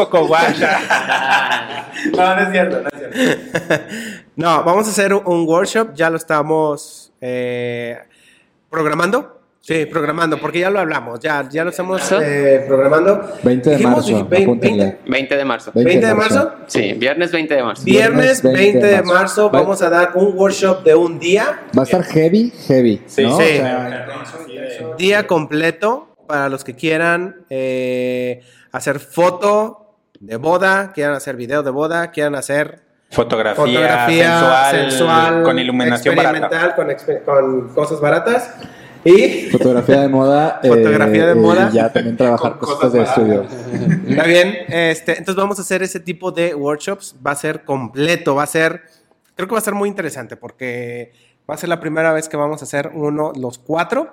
cocoguacha. No, no es cierto, no es cierto. No, vamos a hacer un workshop, ya lo estamos eh, programando. Sí, programando, porque ya lo hablamos, ya, ya lo estamos eh, programando. veinte de marzo, veinte, veinte de marzo. ¿veinte de marzo? Sí, viernes veinte de marzo. Viernes veinte de marzo vamos a dar un workshop de un día. Va a estar heavy, heavy. Sí, ¿no? sí. O sea, día completo para los que quieran eh, hacer foto de boda, quieran hacer video de boda, quieran hacer fotografía, fotografía sensual, sensual, con iluminación barata. Con, con cosas baratas. Y fotografía de moda. Fotografía de eh, moda. Y ya también trabajar con cosas de estudio. Está bien. Este, entonces vamos a hacer ese tipo de workshops. Va a ser completo. Va a ser. Creo que va a ser muy interesante porque va a ser la primera vez que vamos a hacer uno, los cuatro.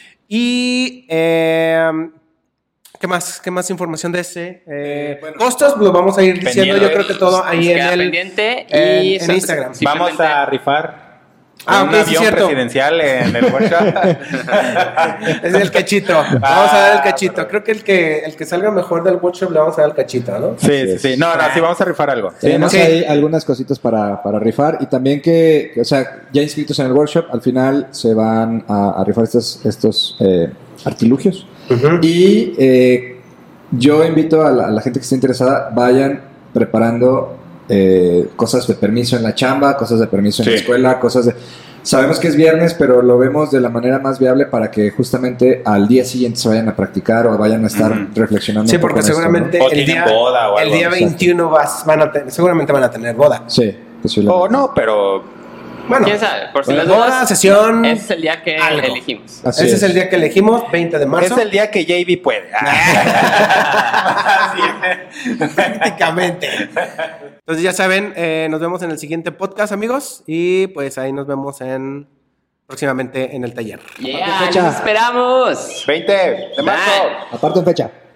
Y. Eh, ¿Qué más? ¿Qué más información de ese? Eh, bueno, costos lo vamos a ir diciendo. Yo creo que todo ahí en el. Pendiente en, y en Instagram. Vamos a rifar. Ah, un okay, avión sí, presidencial en el workshop. Es el cachito. Vamos a dar el cachito. Creo que el que el que salga mejor del workshop le vamos a dar el cachito, ¿no? Sí, sí, sí. No, no, sí, vamos a rifar algo. Sí, Tenemos sí. ahí algunas cositas para, para rifar. Y también que, que, o sea, ya inscritos en el workshop, al final se van a, a rifar estos, estos eh, artilugios. Uh-huh. Y eh, yo invito a la, a la gente que esté interesada, vayan preparando eh, cosas de permiso en la chamba, cosas de permiso en sí. la escuela, cosas de... Sabemos que es viernes, pero lo vemos de la manera más viable para que justamente al día siguiente se vayan a practicar o vayan a estar mm. reflexionando. Sí, porque seguramente esto, ¿no? el, día, boda o algo, el día veintiuno vas, van a ten, seguramente van a tener boda. Sí, posiblemente. O no, pero... Bueno, quién sabe, por si las boda, dudas, sesión. Ese es el día que algo. elegimos. Así ese es. es el día que elegimos, veinte de marzo. Es el día que J B puede. Prácticamente. Entonces ya saben, eh, nos vemos en el siguiente podcast, amigos. Y pues ahí nos vemos en próximamente en el taller. Yeah, nos esperamos. veinte de marzo. Aparte en fecha.